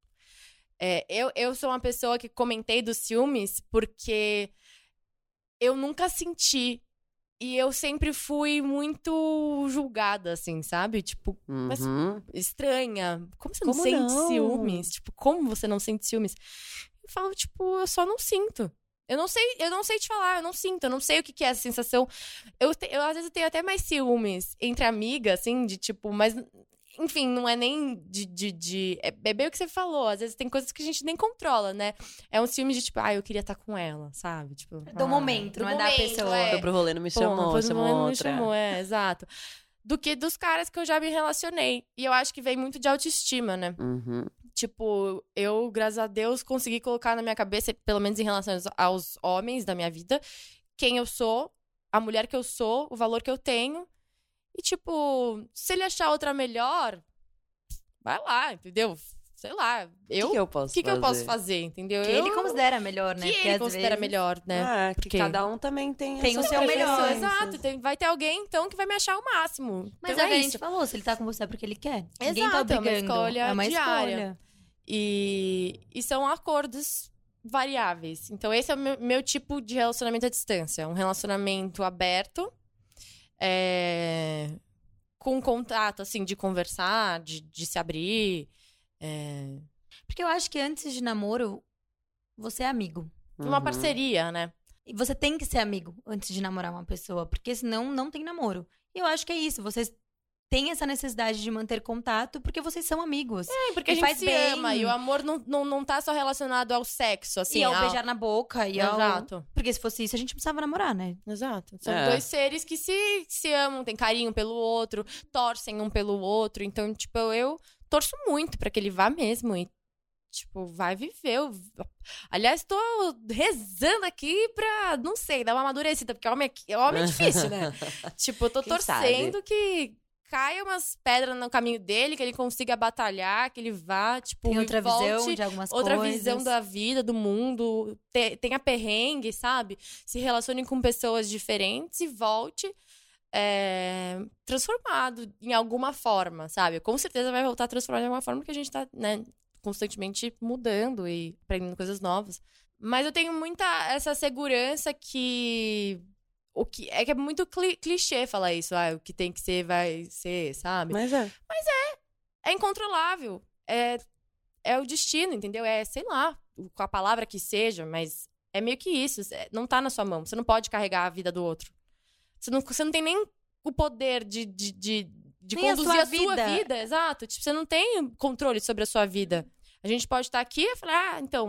Eu sou uma pessoa que comentei dos ciúmes porque eu nunca senti. E eu sempre fui muito julgada, assim, sabe? Tipo, mas estranha. Como você não sente ciúmes? Tipo, como você não sente ciúmes? Eu falo, tipo, eu só não sinto. Eu não sei te falar, eu não sinto, eu não sei o que é essa sensação. Eu às vezes tenho até mais ciúmes entre amigas, assim, de tipo, mas enfim, não é nem é bem o que você falou, às vezes tem coisas que a gente nem controla, né? É um ciúme de tipo, eu queria estar com ela, sabe? Tipo, Do momento, não é da pessoa. Foi pro rolê, não me chamou, chamou outra. Me chamou, exato. Do que dos caras que eu já me relacionei. E eu acho que vem muito de autoestima, né? Uhum. Tipo, eu, graças a Deus, consegui colocar na minha cabeça, pelo menos em relação aos homens da minha vida, quem eu sou, a mulher que eu sou, o valor que eu tenho. E, tipo, se ele achar outra melhor, vai lá, entendeu? Sei lá. O que eu posso fazer? O que eu posso fazer, entendeu? Que ele considera melhor, né? Que Porque ele às considera vezes melhor, né? Que Porque cada um também tem o as seu suas melhor. preferências. Exato. Vai ter alguém, então, que vai me achar o máximo. Mas então, é o que a isso. gente falou, se ele tá com você é porque ele quer. Ninguém Exato, tá é uma obrigando. escolha é uma diária. escolha. E são acordos variáveis. Então, esse é o meu tipo de relacionamento à distância. Um relacionamento aberto, com contato, assim, de conversar, de se abrir. Porque eu acho que antes de namoro, você é amigo. Uma parceria, né? E você tem que ser amigo antes de namorar uma pessoa, porque senão não tem namoro. E eu acho que é isso, vocês têm essa necessidade de manter contato porque vocês são amigos. Porque E a gente faz se bem. ama. E o amor não tá só relacionado ao sexo, assim. E ao beijar na boca, e ao... Exato. Porque se fosse isso, a gente não precisava namorar, né? Exato. São dois seres que se amam, têm carinho pelo outro, torcem um pelo outro. Então, tipo, eu torço muito pra que ele vá mesmo e, tipo, vai viver. Aliás, tô rezando aqui pra, não sei, dar uma amadurecida, porque homem é difícil, né? Tipo, eu tô Quem torcendo sabe? que caia umas pedras no caminho dele, que ele consiga batalhar, que ele vá, tipo, Tem outra visão volte, de algumas outra coisas. visão da vida, do mundo, tenha perrengue, sabe? Se relacione com pessoas diferentes e volte transformado em alguma forma, sabe? Com certeza vai voltar transformado de alguma forma, porque a gente tá, né, constantemente mudando e aprendendo coisas novas. Mas eu tenho muita essa segurança que... que é muito clichê falar isso. O que tem que ser, vai ser, sabe? Mas É incontrolável. É o destino, entendeu? Sei lá, com a palavra que seja, mas é meio que isso. Não tá na sua mão. Você não pode carregar a vida do outro. Você não tem nem o poder de Nem a conduzir sua a sua vida. Exato. Tipo, você não tem controle sobre a sua vida. A gente pode estar aqui e falar, então,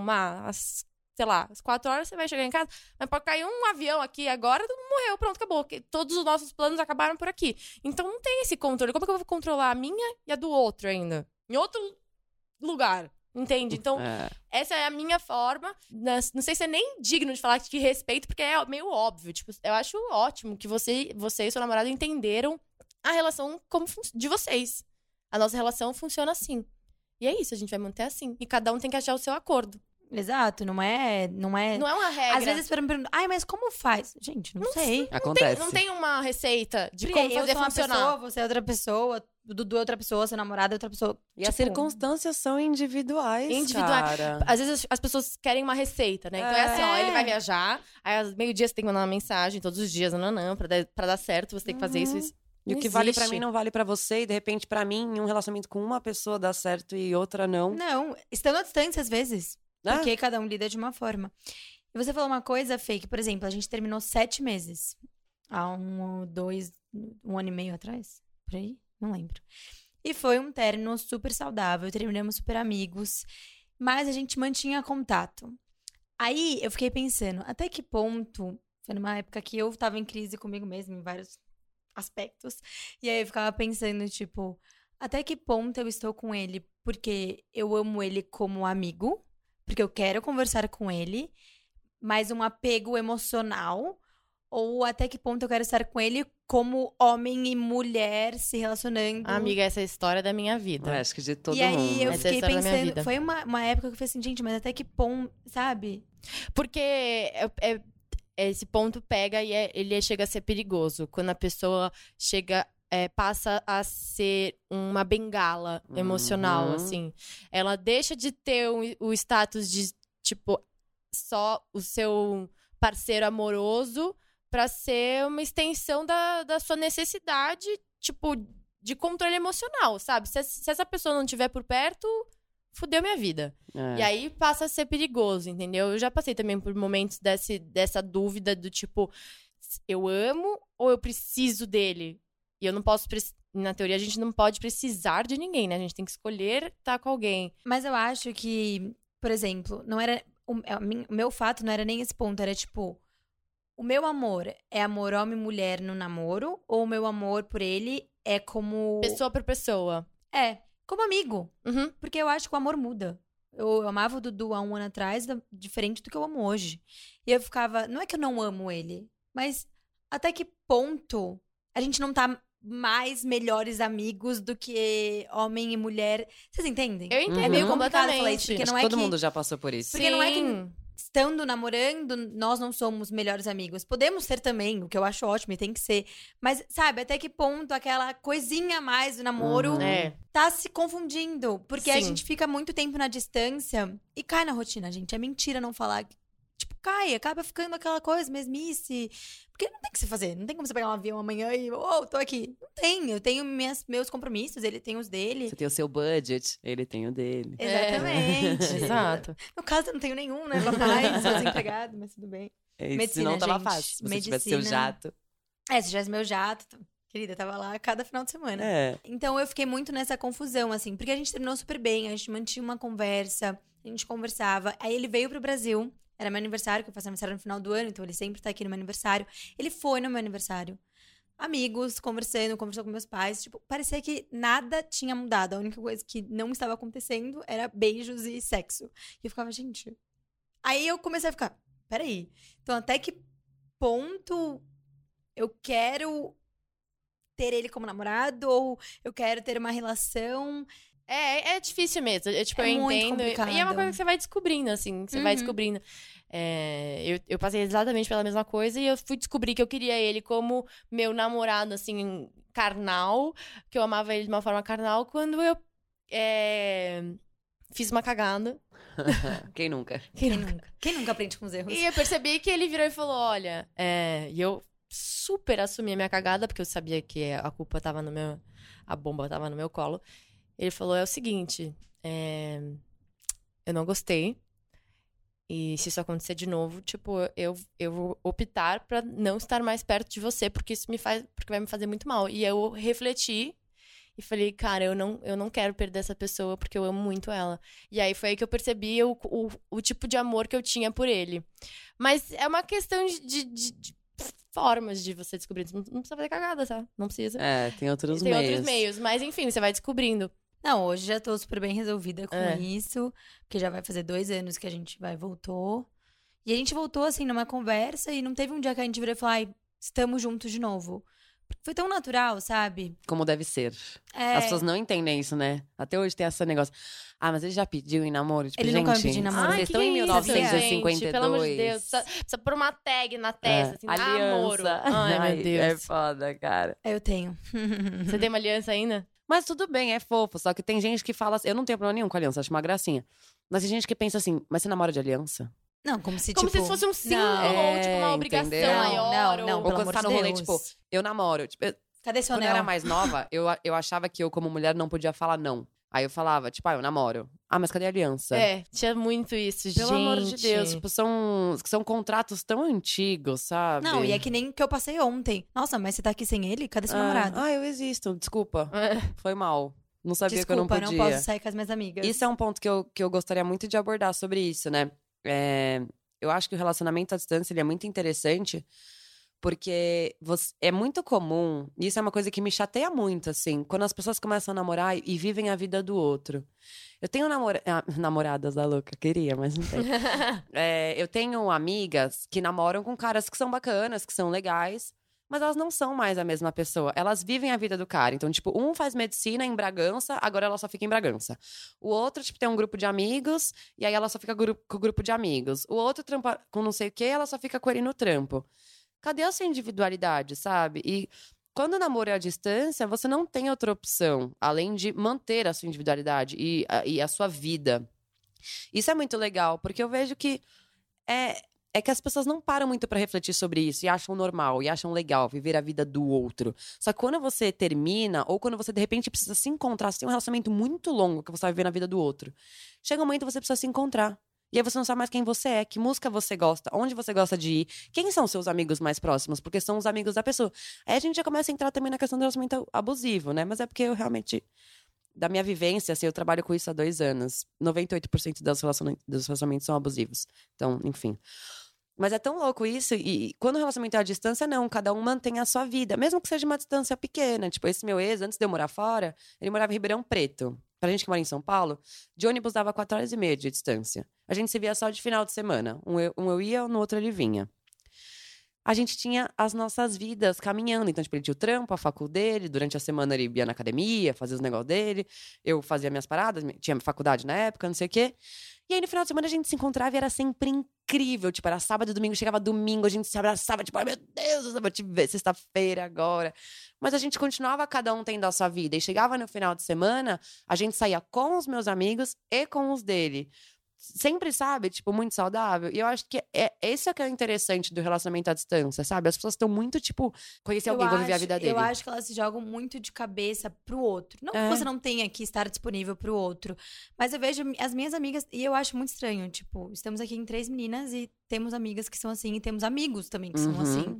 sei lá, às 4 horas você vai chegar em casa, mas pode cair um avião aqui agora, todo mundo morreu, pronto, acabou. Todos os nossos planos acabaram por aqui. Então não tem esse controle. Como é que eu vou controlar a minha e a do outro ainda? Em outro lugar, entende? Então, essa é a minha forma. Não sei se é nem digno de falar de respeito, porque é meio óbvio. Tipo, eu acho ótimo que você e seu namorado entenderam a relação de vocês. A nossa relação funciona assim. E é isso, a gente vai manter assim. E cada um tem que achar o seu acordo. Exato, não é... Não é uma regra. Às vezes me perguntam, mas como faz? Gente, não sei. acontece. Não tem uma receita de Porque como fazer eu sou uma funcionar. pessoa, você é outra pessoa, Dudu é outra pessoa, seu namorado é outra pessoa. E as circunstâncias são individuais, cara. Às vezes as pessoas querem uma receita, né? Então é assim, ó, ele vai viajar, aí às meio-dia você tem que mandar uma mensagem, todos os dias, pra dar certo, você tem que fazer isso. E o que vale pra mim não vale pra você, e de repente pra mim, em um relacionamento com uma pessoa dá certo e outra não. Não, estando à distância às vezes. Porque cada um lida de uma forma. E você falou uma coisa, Fê, que, por exemplo, a gente terminou 7 meses. Há 1 ano e meio atrás? Por aí? Não lembro. E foi um término super saudável, terminamos super amigos, mas a gente mantinha contato. Aí eu fiquei pensando, até que ponto, foi numa época que eu tava em crise comigo mesma, em vários aspectos, e aí eu ficava pensando, tipo, até que ponto eu estou com ele porque eu amo ele como amigo, porque eu quero conversar com ele, mas um apego emocional, ou até que ponto eu quero estar com ele como homem e mulher se relacionando. Amiga, essa é a história da minha vida. Eu acho que de todo e mundo. aí eu Essa é a fiquei história da minha pensando, vida. foi uma época que eu falei assim, gente, mas até que ponto, sabe? Porque esse ponto pega e ele chega a ser perigoso. Quando a pessoa passa a ser uma bengala emocional, assim. Ela deixa de ter o status de, tipo, só o seu parceiro amoroso pra ser uma extensão da sua necessidade, tipo, de controle emocional, sabe? Se essa pessoa não estiver por perto, fudeu minha vida. E aí passa a ser perigoso, entendeu? Eu já passei também por momentos dessa dúvida do tipo, eu amo ou eu preciso dele? E eu não posso... Na teoria, a gente não pode precisar de ninguém, né? A gente tem que escolher estar com alguém. Mas eu acho que, por exemplo, não era... O meu fato não era nem esse ponto, era tipo... O meu amor é amor homem-mulher no namoro? Ou o meu amor por ele é como... Pessoa por pessoa. Como amigo. Uhum. Porque eu acho que o amor muda. Eu amava o Dudu há 1 ano atrás, diferente do que eu amo hoje. E eu ficava... Não é que eu não amo ele, mas até que ponto a gente não tá mais melhores amigos do que homem e mulher? Vocês entendem? Eu entendo É meio complicado completamente. falar isso, porque Acho não que é todo que... mundo já passou por isso. Porque não é que... estando namorando, nós não somos melhores amigos. Podemos ser também, o que eu acho ótimo e tem que ser. Mas, sabe, até que ponto aquela coisinha a mais do namoro tá se confundindo? Porque a Sim. gente fica muito tempo na distância e cai na rotina, gente. É mentira não falar. Tipo, cai, acaba ficando aquela coisa, mesmice. Porque não tem o que se fazer. Não tem como você pegar um avião amanhã e, tô aqui. Não tem. Eu tenho meus compromissos, ele tem os dele. Você tem o seu budget, ele tem o dele. Exatamente. Exato. No caso, eu não tenho nenhum, né? Papai, sou desempregado, mas tudo bem. Medicina, Medicina, não tava gente. fácil. Se você tivesse seu Medicina. jato. Se tivesse meu jato, querida, eu tava lá cada final de semana. É. Então eu fiquei muito nessa confusão, assim, porque a gente terminou super bem, a gente mantinha uma conversa, a gente conversava. Aí ele veio pro Brasil, era meu aniversário, que eu faço aniversário no final do ano, então ele sempre tá aqui no meu aniversário. Ele foi no meu aniversário. Amigos, conversou com meus pais. Tipo, parecia que nada tinha mudado. A única coisa que não estava acontecendo era beijos e sexo. E eu ficava, gente. Aí eu comecei a ficar, peraí. Então, até que ponto eu quero ter ele como namorado? Ou eu quero ter uma relação? É difícil mesmo. Eu É muito entendo. complicado. E é uma coisa que você vai descobrindo, assim. Você vai descobrindo. Eu passei exatamente pela mesma coisa e eu fui descobrir que eu queria ele como meu namorado, assim, carnal. Que eu amava ele de uma forma carnal quando eu fiz uma cagada. Quem nunca? Quem nunca aprende com os erros? E eu percebi que ele virou e falou, olha... E eu super assumi a minha cagada, porque eu sabia que a culpa tava no meu... A bomba tava no meu colo. Ele falou, é o seguinte... eu não gostei. E se isso acontecer de novo, tipo, eu vou optar pra não estar mais perto de você, porque porque vai me fazer muito mal. E eu refleti e falei, cara, eu não quero perder essa pessoa, porque eu amo muito ela. E aí foi aí que eu percebi o tipo de amor que eu tinha por ele. Mas é uma questão de formas de você descobrir. Não precisa fazer cagada, tá? Não precisa. Tem outros Tem meios. outros meios. Mas enfim, você vai descobrindo. Não, hoje já tô super bem resolvida com isso. Porque já vai fazer 2 anos que a gente voltou. E a gente voltou, assim, numa conversa. E não teve um dia que a gente virou e falou, ai, estamos juntos de novo. Porque foi tão natural, sabe? Como deve ser. As pessoas não entendem isso, né? Até hoje tem esse negócio. Ah, mas ele já pediu em namoro? Tipo, Ele gente, nunca me pediu em namoro. Vocês estão em que isso, 1952. gente? Pelo amor de Deus. Precisa pôr uma tag na testa, assim, namoro. Aliança. Ai, meu Deus. É foda, cara. Eu tenho. Você tem uma aliança ainda? Mas tudo bem, é fofo. Só que tem gente que fala assim, eu não tenho problema nenhum com aliança, acho uma gracinha. Mas tem gente que pensa assim, mas você namora de aliança? Não, como se, Como tipo... se isso fosse um símbolo, Não. ou tipo uma obrigação Entendeu? maior. Não, Ou pelo quando amor você tá de no rolê, Deus. tipo, eu namoro. Tipo, Cadê seu quando eu anel? era mais nova, eu achava que eu, como mulher, não podia falar não. Aí eu falava, tipo, eu namoro. Ah, mas cadê a aliança? Tinha muito isso, Pelo gente. amor de Deus, tipo, são contratos tão antigos, sabe? Não, e é que nem que eu passei ontem. Nossa, mas você tá aqui sem ele? Cadê seu namorado? Eu existo, desculpa. Foi mal. Não sabia que eu não Desculpa, podia. não posso sair com as minhas amigas. Isso é um ponto que eu gostaria muito de abordar sobre isso, né? Eu acho que o relacionamento à distância ele é muito interessante, porque é muito comum, e isso é uma coisa que me chateia muito, assim, quando as pessoas começam a namorar e vivem a vida do outro. Eu tenho namoradas da louca, queria, mas não tenho. Eu tenho amigas que namoram com caras que são bacanas, que são legais, mas elas não são mais a mesma pessoa. Elas vivem a vida do cara. Então, tipo, um faz medicina em Bragança, agora ela só fica em Bragança. O outro, tipo, tem um grupo de amigos, e aí ela só fica com o grupo de amigos. O outro trampa com não sei o quê, ela só fica com ele no trampo. Cadê a sua individualidade, sabe? E quando o namoro é à distância, você não tem outra opção, além de manter a sua individualidade e a sua vida. Isso é muito legal, porque eu vejo que é que as pessoas não param muito pra refletir sobre isso e acham normal, e acham legal viver a vida do outro. Só que quando você termina, ou quando você de repente precisa se encontrar, você tem um relacionamento muito longo que você vai viver na vida do outro. Chega um momento que você precisa se encontrar. E aí você não sabe mais quem você é, que música você gosta, onde você gosta de ir, quem são seus amigos mais próximos, porque são os amigos da pessoa. Aí a gente já começa a entrar também na questão do relacionamento abusivo, né? Mas é porque eu realmente, da minha vivência, assim, eu trabalho com isso há 2 anos. 98% dos relacionamentos são abusivos. Então, enfim. Mas é tão louco isso, e quando o relacionamento é à distância, não, cada um mantém a sua vida, mesmo que seja uma distância pequena. Tipo, esse meu ex, antes de eu morar fora, ele morava em Ribeirão Preto. Pra gente que mora em São Paulo, de ônibus dava 4h30 de distância. A gente se via só de final de semana. Um eu ia, no outro ele vinha. a gente tinha as nossas vidas caminhando. Então, tipo, ele tinha o trampo, a facu dele, durante a semana ele ia na academia, fazia os negócios dele, eu fazia minhas paradas, tinha faculdade na época, não sei o quê. E aí, no final de semana, a gente se encontrava e era sempre incrível. Tipo, era sábado e domingo, chegava domingo, a gente se abraçava, tipo, ai meu Deus, eu vou te ver sexta-feira agora. Mas a gente continuava cada um tendo a sua vida. E chegava no final de semana, a gente saía com os meus amigos e com os dele. Sempre, sabe? Tipo, muito saudável. E eu acho que esse é que é o interessante do relacionamento à distância, sabe? As pessoas estão muito, tipo, conhecer alguém, vou viver a vida dele. Eu acho que elas se jogam muito de cabeça pro outro. Não que você não tenha que estar disponível pro outro. Mas eu vejo as minhas amigas, e eu acho muito estranho. Tipo, estamos aqui em 3 meninas e temos amigas que são assim, e temos amigos também que são assim.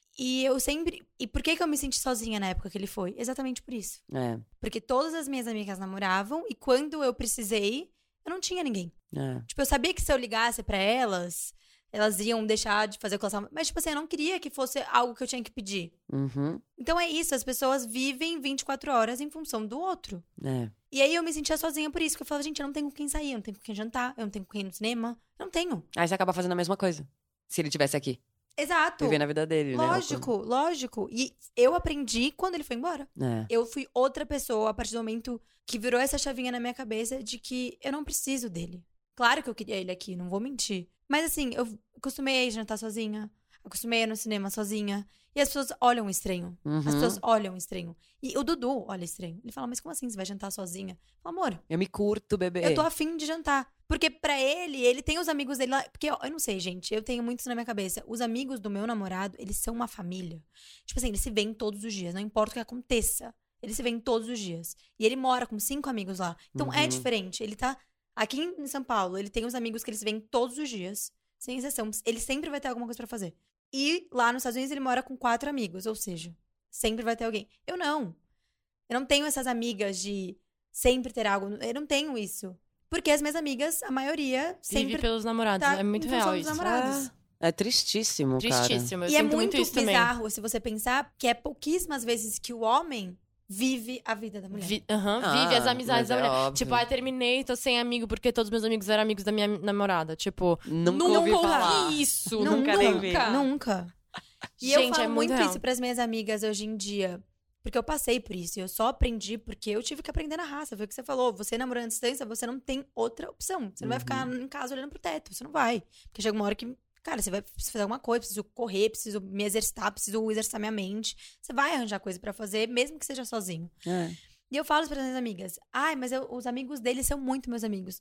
E eu sempre... E por que eu me senti sozinha na época que ele foi? Exatamente por isso. Porque todas as minhas amigas namoravam, e quando eu precisei, eu não tinha ninguém. Tipo, eu sabia que se eu ligasse pra elas, elas iam deixar de fazer o que elas estavam... Mas, tipo assim, eu não queria que fosse algo que eu tinha que pedir. Então é isso, as pessoas vivem 24 horas em função do outro. E aí eu me sentia sozinha por isso, que eu falava, gente, eu não tenho com quem sair, eu não tenho com quem jantar, eu não tenho com quem ir no cinema, eu não tenho. Aí você acaba fazendo a mesma coisa, se ele estivesse aqui. Exato. Vivendo a vida dele, lógico, né? Lógico. E eu aprendi quando ele foi embora. Eu fui outra pessoa a partir do momento que virou essa chavinha na minha cabeça de que eu não preciso dele. Claro que eu queria ele aqui, não vou mentir. Mas assim, eu acostumei a ir jantar sozinha, acostumei a ir no cinema sozinha. E as pessoas olham estranho. As pessoas olham estranho. E o Dudu olha estranho. Ele fala, mas como assim você vai jantar sozinha? Eu falo, amor, eu me curto, bebê. Eu tô afim de jantar. Porque pra ele tem os amigos dele lá. Porque eu não sei, gente, eu tenho muito isso na minha cabeça. Os amigos do meu namorado, eles são uma família. Tipo assim, eles se veem todos os dias, não importa o que aconteça. Eles se veem todos os dias. E ele mora com 5 amigos lá. Então é diferente. Ele tá aqui em São Paulo, ele tem os amigos que eles se veem todos os dias, sem exceção. Ele sempre vai ter alguma coisa pra fazer. E lá nos Estados Unidos ele mora com 4 amigos, ou seja, sempre vai ter alguém. Eu não tenho essas amigas de sempre ter algo. Eu não tenho isso. Porque as minhas amigas, a maioria, sempre vive pelos namorados. tá É muito em real função isso. dos namorados. É tristíssimo, cara. Tristíssimo. Eu E é sinto muito isso também. bizarro se você pensar que é pouquíssimas vezes que o homem vive a vida da mulher. Vive as amizades mas da é mulher. óbvio. Tipo, terminei, tô sem amigo porque todos meus amigos eram amigos da minha namorada. Tipo, Nunca ouvi falar. isso. Nunca nem vi. Nunca. E Gente, eu falo é muito muito real. isso pras minhas amigas hoje em dia. Porque eu passei por isso. E eu só aprendi porque eu tive que aprender na raça. Foi o que você falou. Você namorando à distância, você não tem outra opção. Você não vai ficar em casa olhando pro teto. Você não vai. Porque chega uma hora que, cara, você vai precisar fazer alguma coisa. Preciso correr, preciso me exercitar, preciso exercitar minha mente. Você vai arranjar coisa pra fazer, mesmo que seja sozinho. E eu falo para as minhas amigas. Mas os amigos dele são muito meus amigos.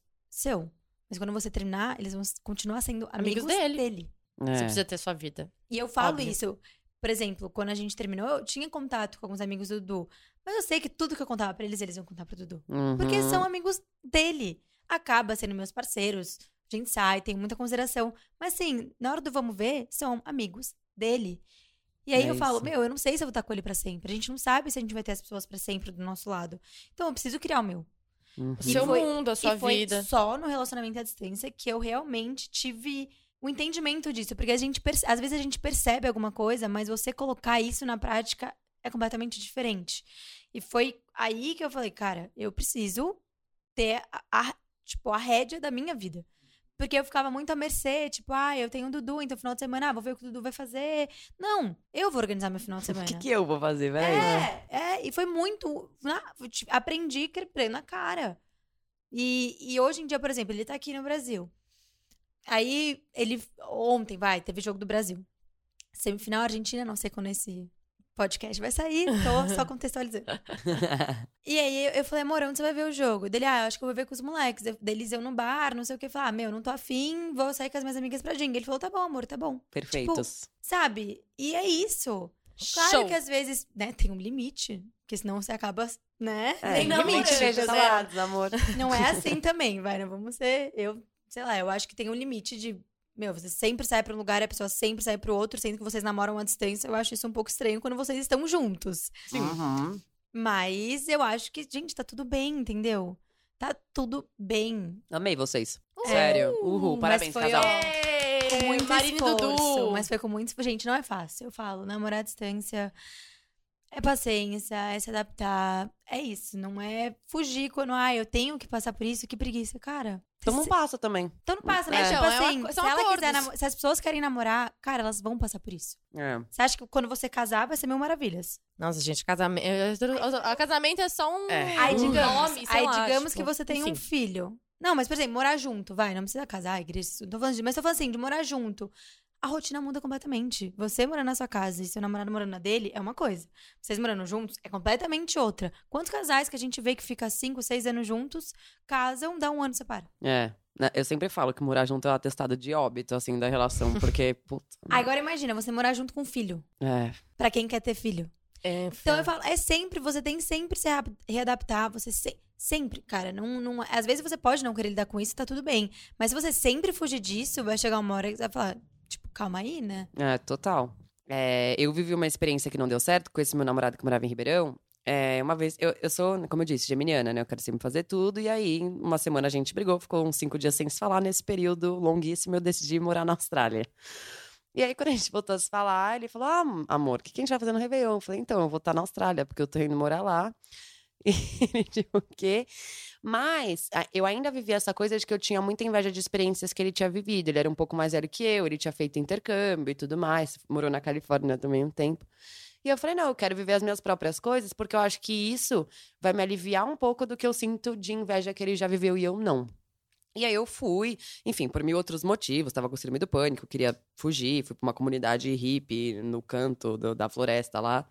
Mas quando você terminar, eles vão continuar sendo amigos dele. Você precisa ter sua vida. E eu falo Óbvio. isso. Por exemplo, quando a gente terminou, eu tinha contato com alguns amigos do Dudu. Mas eu sei que tudo que eu contava pra eles iam contar pro Dudu. Porque são amigos dele. Acaba sendo meus parceiros. A gente sai, tem muita consideração. Mas assim, na hora do vamos ver, são amigos dele. E aí eu falo, eu não sei se eu vou estar com ele pra sempre. A gente não sabe se a gente vai ter as pessoas pra sempre do nosso lado. Então eu preciso criar o meu. O seu mundo, a sua vida. Foi só no relacionamento à distância que eu realmente tive o entendimento disso. Porque às vezes a gente percebe alguma coisa, mas você colocar isso na prática é completamente diferente. E foi aí que eu falei, cara, eu preciso ter a rédea da minha vida. Porque eu ficava muito à mercê, tipo, eu tenho um Dudu, então final de semana, vou ver o que o Dudu vai fazer. Não, eu vou organizar meu final de semana. O que eu vou fazer, velho? E foi muito... aprendi quebrando na cara. E hoje em dia, por exemplo, ele tá aqui no Brasil. Aí, ontem, teve jogo do Brasil. Semifinal Argentina, não sei quando esse podcast vai sair, tô só contextualizando. E aí, eu falei, amor, onde você vai ver o jogo? Dele, eu acho que eu vou ver com os moleques. Deles eu no bar, não sei o que. Eu falei, não tô afim, vou sair com as minhas amigas pra jingle. Ele falou, tá bom, amor, tá bom. Perfeitos. Tipo, sabe? E é isso. Claro que às vezes, né, tem um limite. Porque senão você acaba, né? Tem limite, veja salados, amor. Não é assim também, não vamos ser... Sei lá, eu acho que tem um limite de... você sempre sai pra um lugar e a pessoa sempre sai pro outro, sendo que vocês namoram à distância. Eu acho isso um pouco estranho quando vocês estão juntos. Sim. Mas eu acho que, gente, tá tudo bem, entendeu? Tá tudo bem. Amei vocês. Sério. Uhul. Parabéns, foi, casal. Com muito Marina e esforço. Dudu. Mas foi com muito... Gente, não é fácil. Eu falo, namorar à distância... É paciência, é se adaptar, é isso. Não é fugir quando, eu tenho que passar por isso, que preguiça. Cara, Então não passa também. Então não passa, né? É. Tipo Então, é assim, uma- se são ela quiser acordos. se as pessoas querem namorar, cara, elas vão passar por isso. É. Você acha que quando você casar vai ser mil maravilhas? Nossa, gente, casamento. Casamento é só um. É. Aí, um digamos, nome, sei lá, digamos tipo, que você tem um enfim. filho. Não, mas, por exemplo, morar junto, vai, não precisa casar, igreja, não tô falando mas tô falando assim, de morar junto. A rotina muda completamente. Você morando na sua casa e seu namorado morando na dele é uma coisa. Vocês morando juntos é completamente outra. Quantos casais que a gente vê que fica 5, 6 anos juntos, casam, dá um ano e separa? É. Eu sempre falo que morar junto é um atestado de óbito, assim, da relação, porque, puta. Agora imagina, você morar junto com um filho. É. Pra quem quer ter filho. É, Então eu falo, você tem sempre se readaptar, sempre, cara, às vezes você pode não querer lidar com isso, tá tudo bem. Mas se você sempre fugir disso, vai chegar uma hora que você vai falar, tipo, calma aí, né? É, total. Eu vivi uma experiência que não deu certo com esse meu namorado que morava em Ribeirão. Uma vez, eu sou, como eu disse, geminiana, né? Eu quero sempre fazer tudo. E aí, uma semana a gente brigou, ficou uns 5 dias sem se falar. Nesse período longuíssimo, eu decidi morar na Austrália. E aí, quando a gente voltou a se falar, ele falou: amor, o que a gente vai fazer no Réveillon? Eu falei: então, eu vou estar na Austrália, porque eu tô indo morar lá. E ele, tipo, o quê? Mas eu ainda vivia essa coisa de que eu tinha muita inveja de experiências que ele tinha vivido. Ele era um pouco mais velho que eu, ele tinha feito intercâmbio e tudo mais. Morou na Califórnia também um tempo. E eu falei, não, eu quero viver as minhas próprias coisas, porque eu acho que isso vai me aliviar um pouco do que eu sinto de inveja que ele já viveu e eu não. E aí eu fui, enfim, por 1000 outros motivos, tava com síndrome do pânico, queria fugir, fui pra uma comunidade hippie no canto da floresta lá.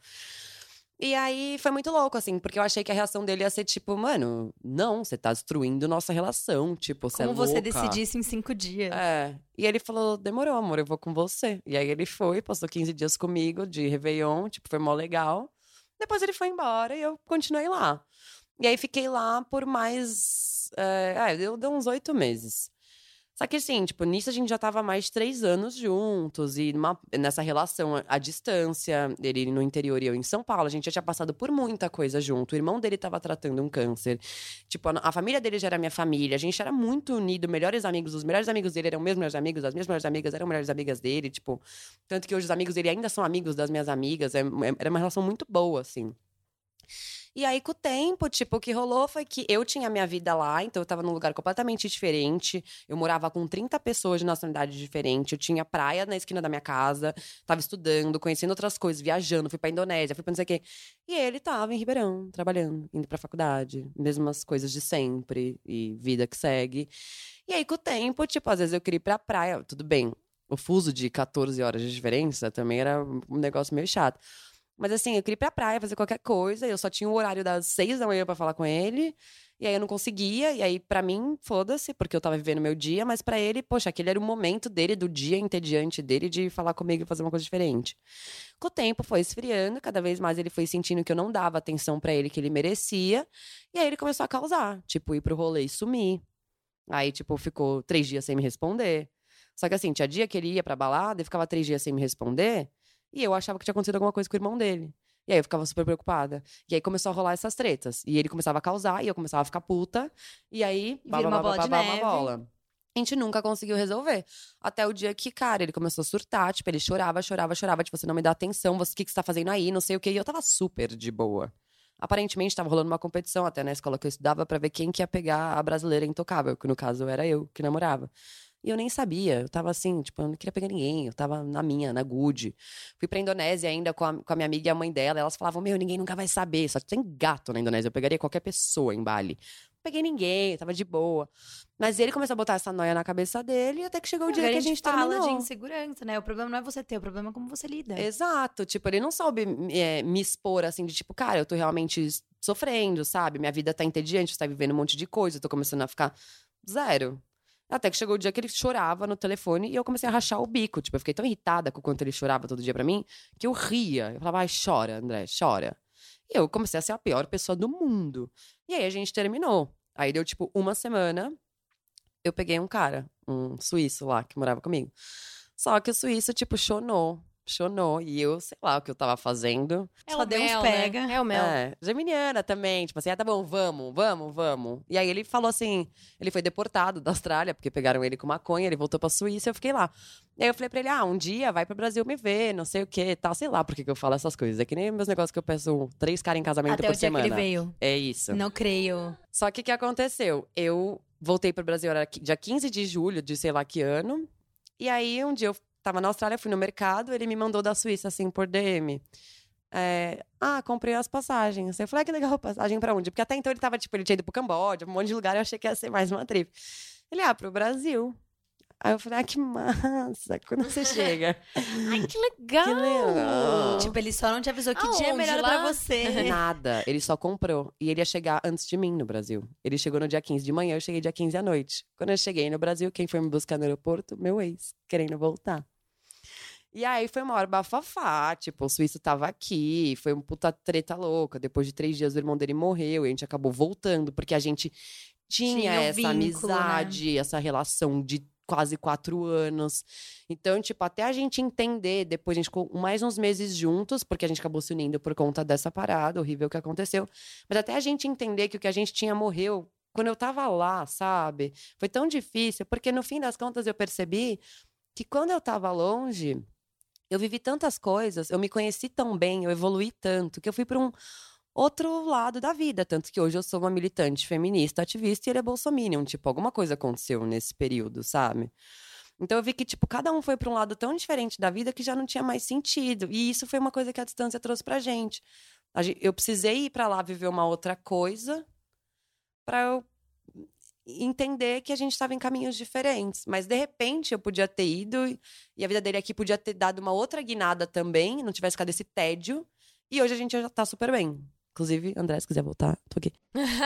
E aí foi muito louco, assim, porque eu achei que a reação dele ia ser tipo, mano, não, você tá destruindo nossa relação, tipo, você é Como louca. você decidisse em 5 dias. E ele falou, demorou, amor, eu vou com você. E aí ele foi, passou 15 dias comigo de Réveillon, tipo, foi mó legal. Depois ele foi embora e eu continuei lá. E aí fiquei lá por mais... deu uns 8 meses. Só que assim, tipo, nisso a gente já tava mais de 3 anos juntos. E nessa relação à distância, ele no interior e eu em São Paulo, a gente já tinha passado por muita coisa junto. O irmão dele tava tratando um câncer. Tipo, a família dele já era minha família. A gente era muito unido, melhores amigos. Os melhores amigos dele eram meus melhores amigos. As minhas melhores amigas eram melhores amigas dele. Tipo, tanto que hoje os amigos dele ainda são amigos das minhas amigas. Era uma relação muito boa, assim. E aí, com o tempo, tipo, o que rolou foi que eu tinha minha vida lá, então eu tava num lugar completamente diferente. Eu morava com 30 pessoas de nacionalidade diferente. Eu tinha praia na esquina da minha casa, tava estudando, conhecendo outras coisas, viajando, fui pra Indonésia, fui pra não sei o quê. E ele tava em Ribeirão, trabalhando, indo pra faculdade, mesmas coisas de sempre, e vida que segue. E aí, com o tempo, tipo, às vezes eu queria ir pra praia, tudo bem. O fuso de 14 horas de diferença também era um negócio meio chato. Mas assim, eu queria ir pra praia, fazer qualquer coisa. Eu só tinha o horário das 6 da manhã pra falar com ele. E aí eu não conseguia. E aí, pra mim, foda-se, porque eu tava vivendo meu dia. Mas pra ele, poxa, aquele era o momento dele, do dia entediante dele, de falar comigo e fazer uma coisa diferente. Com o tempo, foi esfriando. Cada vez mais ele foi sentindo que eu não dava atenção pra ele que ele merecia. E aí ele começou a causar. Tipo, ir pro rolê e sumir. Aí, tipo, ficou 3 dias sem me responder. Só que assim, tinha dia que ele ia pra balada e ficava 3 dias sem me responder. E eu achava que tinha acontecido alguma coisa com o irmão dele. E aí eu ficava super preocupada. E aí começou a rolar essas tretas. E ele começava a causar, e eu começava a ficar puta. E aí, Vira uma bola de neve. bola. A gente nunca conseguiu resolver. Até o dia que, cara, ele começou a surtar. Tipo, ele chorava. Tipo, você não me dá atenção. O que você tá fazendo aí? Não sei o quê. E eu tava super de boa. Aparentemente, tava rolando uma competição até na escola que eu estudava pra ver quem que ia pegar a brasileira intocável. Que no caso era eu, que namorava. E eu nem sabia, eu tava assim, tipo, eu não queria pegar ninguém, eu tava na minha, na good. Fui pra Indonésia ainda com a minha amiga e a mãe dela, elas falavam, ninguém nunca vai saber, só tem gato na Indonésia, eu pegaria qualquer pessoa em Bali. Não peguei ninguém, eu tava de boa. Mas ele começou a botar essa noia na cabeça dele, até que chegou o dia que a gente fala terminou. de insegurança, né? O problema não é você ter, o problema é como você lida. Exato, tipo, ele não soube me expor, assim, de tipo, cara, eu tô realmente sofrendo, sabe? Minha vida tá entediante, você tá vivendo um monte de coisa, eu tô começando a ficar zero. Até que chegou o dia que ele chorava no telefone e eu comecei a rachar o bico. Tipo, eu fiquei tão irritada com o quanto ele chorava todo dia pra mim, que eu ria. Eu falava, ai, chora, André, chora. E eu comecei a ser a pior pessoa do mundo. E aí a gente terminou. Aí deu, tipo, uma semana, eu peguei um cara, um suíço lá, que morava comigo. Só que o suíço, tipo, chonou. E eu, sei lá o que eu tava fazendo. Só deu uns pega. Né? É o mel. Geminiana também, tipo assim, tá bom, vamos. E aí ele falou assim, ele foi deportado da Austrália, porque pegaram ele com maconha, ele voltou pra Suíça, eu fiquei lá. E aí eu falei pra ele, um dia vai pro Brasil me ver, não sei o que, tal, sei lá por que eu falo essas coisas. É que nem meus negócios que eu peço 3 caras em casamento Até por o dia semana. que ele veio. É isso. Não creio. Só que o que aconteceu? Eu voltei pro Brasil, era dia 15 de julho de sei lá que ano. E aí, um dia eu tava na Austrália, fui no mercado, ele me mandou da Suíça, assim, por DM. Comprei as passagens. Eu falei, que legal, passagem pra onde? Porque até então ele tinha ido pro Camboja, um monte de lugar, eu achei que ia ser mais uma trip. Ele, pro Brasil. Aí eu falei, que massa, quando você chega? Ai, que legal! Que legal. Tipo, ele só não te avisou que dia é Aonde? melhor Lá? pra você. Nada, ele só comprou. E ele ia chegar antes de mim no Brasil. Ele chegou no dia 15 de manhã, eu cheguei dia 15 à noite. Quando eu cheguei no Brasil, quem foi me buscar no aeroporto? Meu ex, querendo voltar. E aí foi uma hora bafafá, tipo, o suíço tava aqui, foi uma puta treta louca. Depois de 3 dias o irmão dele morreu e a gente acabou voltando, porque a gente tinha o essa vínculo, amizade, essa relação de quase 4 anos. Então, tipo, até a gente entender, depois a gente ficou mais uns meses juntos, porque a gente acabou se unindo por conta dessa parada horrível que aconteceu. Mas até a gente entender que o que a gente tinha morreu quando eu tava lá, sabe? Foi tão difícil, porque no fim das contas eu percebi que quando eu tava longe, eu vivi tantas coisas, eu me conheci tão bem, eu evoluí tanto, que eu fui para um outro lado da vida. Tanto que hoje eu sou uma militante feminista, ativista, e ele é bolsominion. Tipo, alguma coisa aconteceu nesse período, sabe? Então eu vi que, tipo, cada um foi para um lado tão diferente da vida que já não tinha mais sentido. E isso foi uma coisa que a distância trouxe pra gente. Eu precisei ir para lá viver uma outra coisa para eu entender que a gente estava em caminhos diferentes. Mas, de repente, eu podia ter ido e a vida dele aqui podia ter dado uma outra guinada também, não tivesse ficado esse tédio. E hoje a gente já tá super bem. Inclusive, André, se quiser voltar, tô aqui.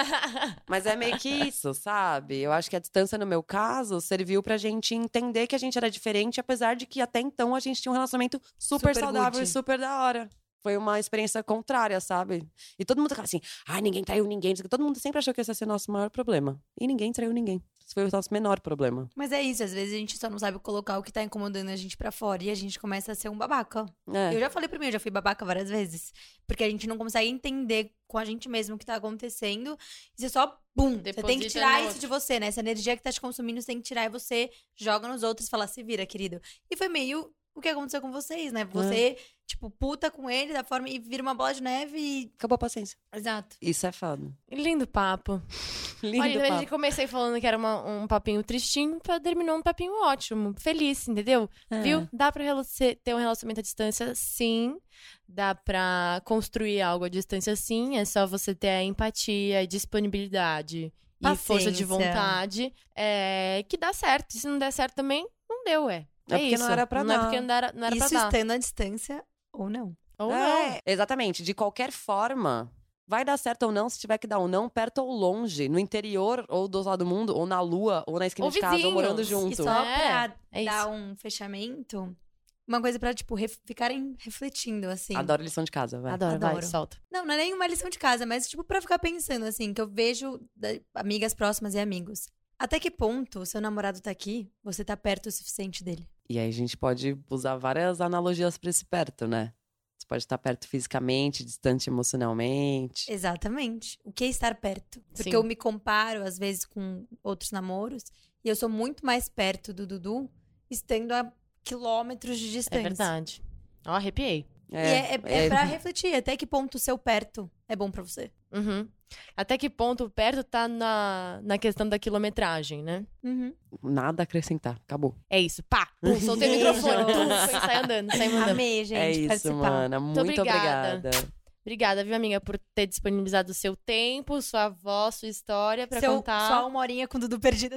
Mas é meio que isso, sabe? Eu acho que a distância, no meu caso, serviu pra gente entender que a gente era diferente, apesar de que até então a gente tinha um relacionamento super saudável good. e super da hora. Foi uma experiência contrária, sabe? E todo mundo ficava assim, ninguém traiu ninguém. Todo mundo sempre achou que esse ia ser o nosso maior problema. E ninguém traiu ninguém. Esse foi o nosso menor problema. Mas é isso, às vezes a gente só não sabe colocar o que tá incomodando a gente pra fora e a gente começa a ser um babaca. É. Eu já falei pra mim, eu já fui babaca várias vezes. Porque a gente não consegue entender com a gente mesmo o que tá acontecendo. E você só, bum, você tem que Deposita tirar no isso outro. de você, né? Essa energia que tá te consumindo, você tem que tirar e você joga nos outros e fala, se vira, querido. E foi meio o que aconteceu com vocês, né? Você, tipo, puta com ele da forma e vira uma bola de neve e... Acabou a paciência. Exato. Isso é foda. Lindo papo. Lindo Olha, papo. eu comecei falando que era um papinho tristinho, terminou um papinho ótimo, feliz, entendeu? É. Viu? Dá pra ter um relacionamento à distância, sim. Dá pra construir algo à distância, sim. É só você ter a empatia e disponibilidade e força de Paciência. vontade. Que dá certo. E se não der certo também, não deu, É porque isso. não era pra Não é dar. porque não era pra Isso dar. estando à distância ou não. Ou não. Exatamente. De qualquer forma, vai dar certo ou não, se tiver que dar ou não, perto ou longe, no interior, ou do outro lado do mundo, ou na lua, ou na esquina Ou de casa, ou morando vizinhos. junto. E só pra é dar isso. um fechamento, uma coisa pra, tipo, ficarem refletindo, assim. Adoro lição de casa, vai. Adoro, vai, Adoro. solta. Não é nenhuma lição de casa, mas, tipo, pra ficar pensando, assim, que eu vejo amigas próximas e amigos. Até que ponto seu namorado tá aqui, você tá perto o suficiente dele? E aí a gente pode usar várias analogias pra esse perto, né? Você pode estar perto fisicamente, distante emocionalmente. Exatamente. O que é estar perto? Porque Sim. eu me comparo, às vezes, com outros namoros, e eu sou muito mais perto do Dudu, estando a quilômetros de É distância. verdade. Ó, arrepiei. E é pra refletir, até que ponto o seu perto é bom pra você. Uhum. Até que ponto o perto tá na questão da quilometragem, né? Uhum. Nada a acrescentar. Acabou. É isso. Pá! Pum, soltei o Beijo. microfone. Pum, sai andando, sai mandando. Amei, gente, é isso, participar. mana. Muito obrigada. obrigada. Obrigada, viu, amiga, por ter disponibilizado o seu tempo, sua voz, sua história pra contar. Só uma horinha com o Dudu perdida.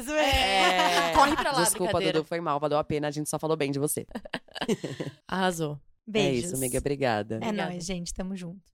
Corre pra lá, Desculpa, brincadeira. Dudu, foi mal. Valeu a pena. A gente só falou bem de você. Arrasou. Beijos. É isso, amiga. Obrigada. É Obrigada. nóis, gente. Tamo junto.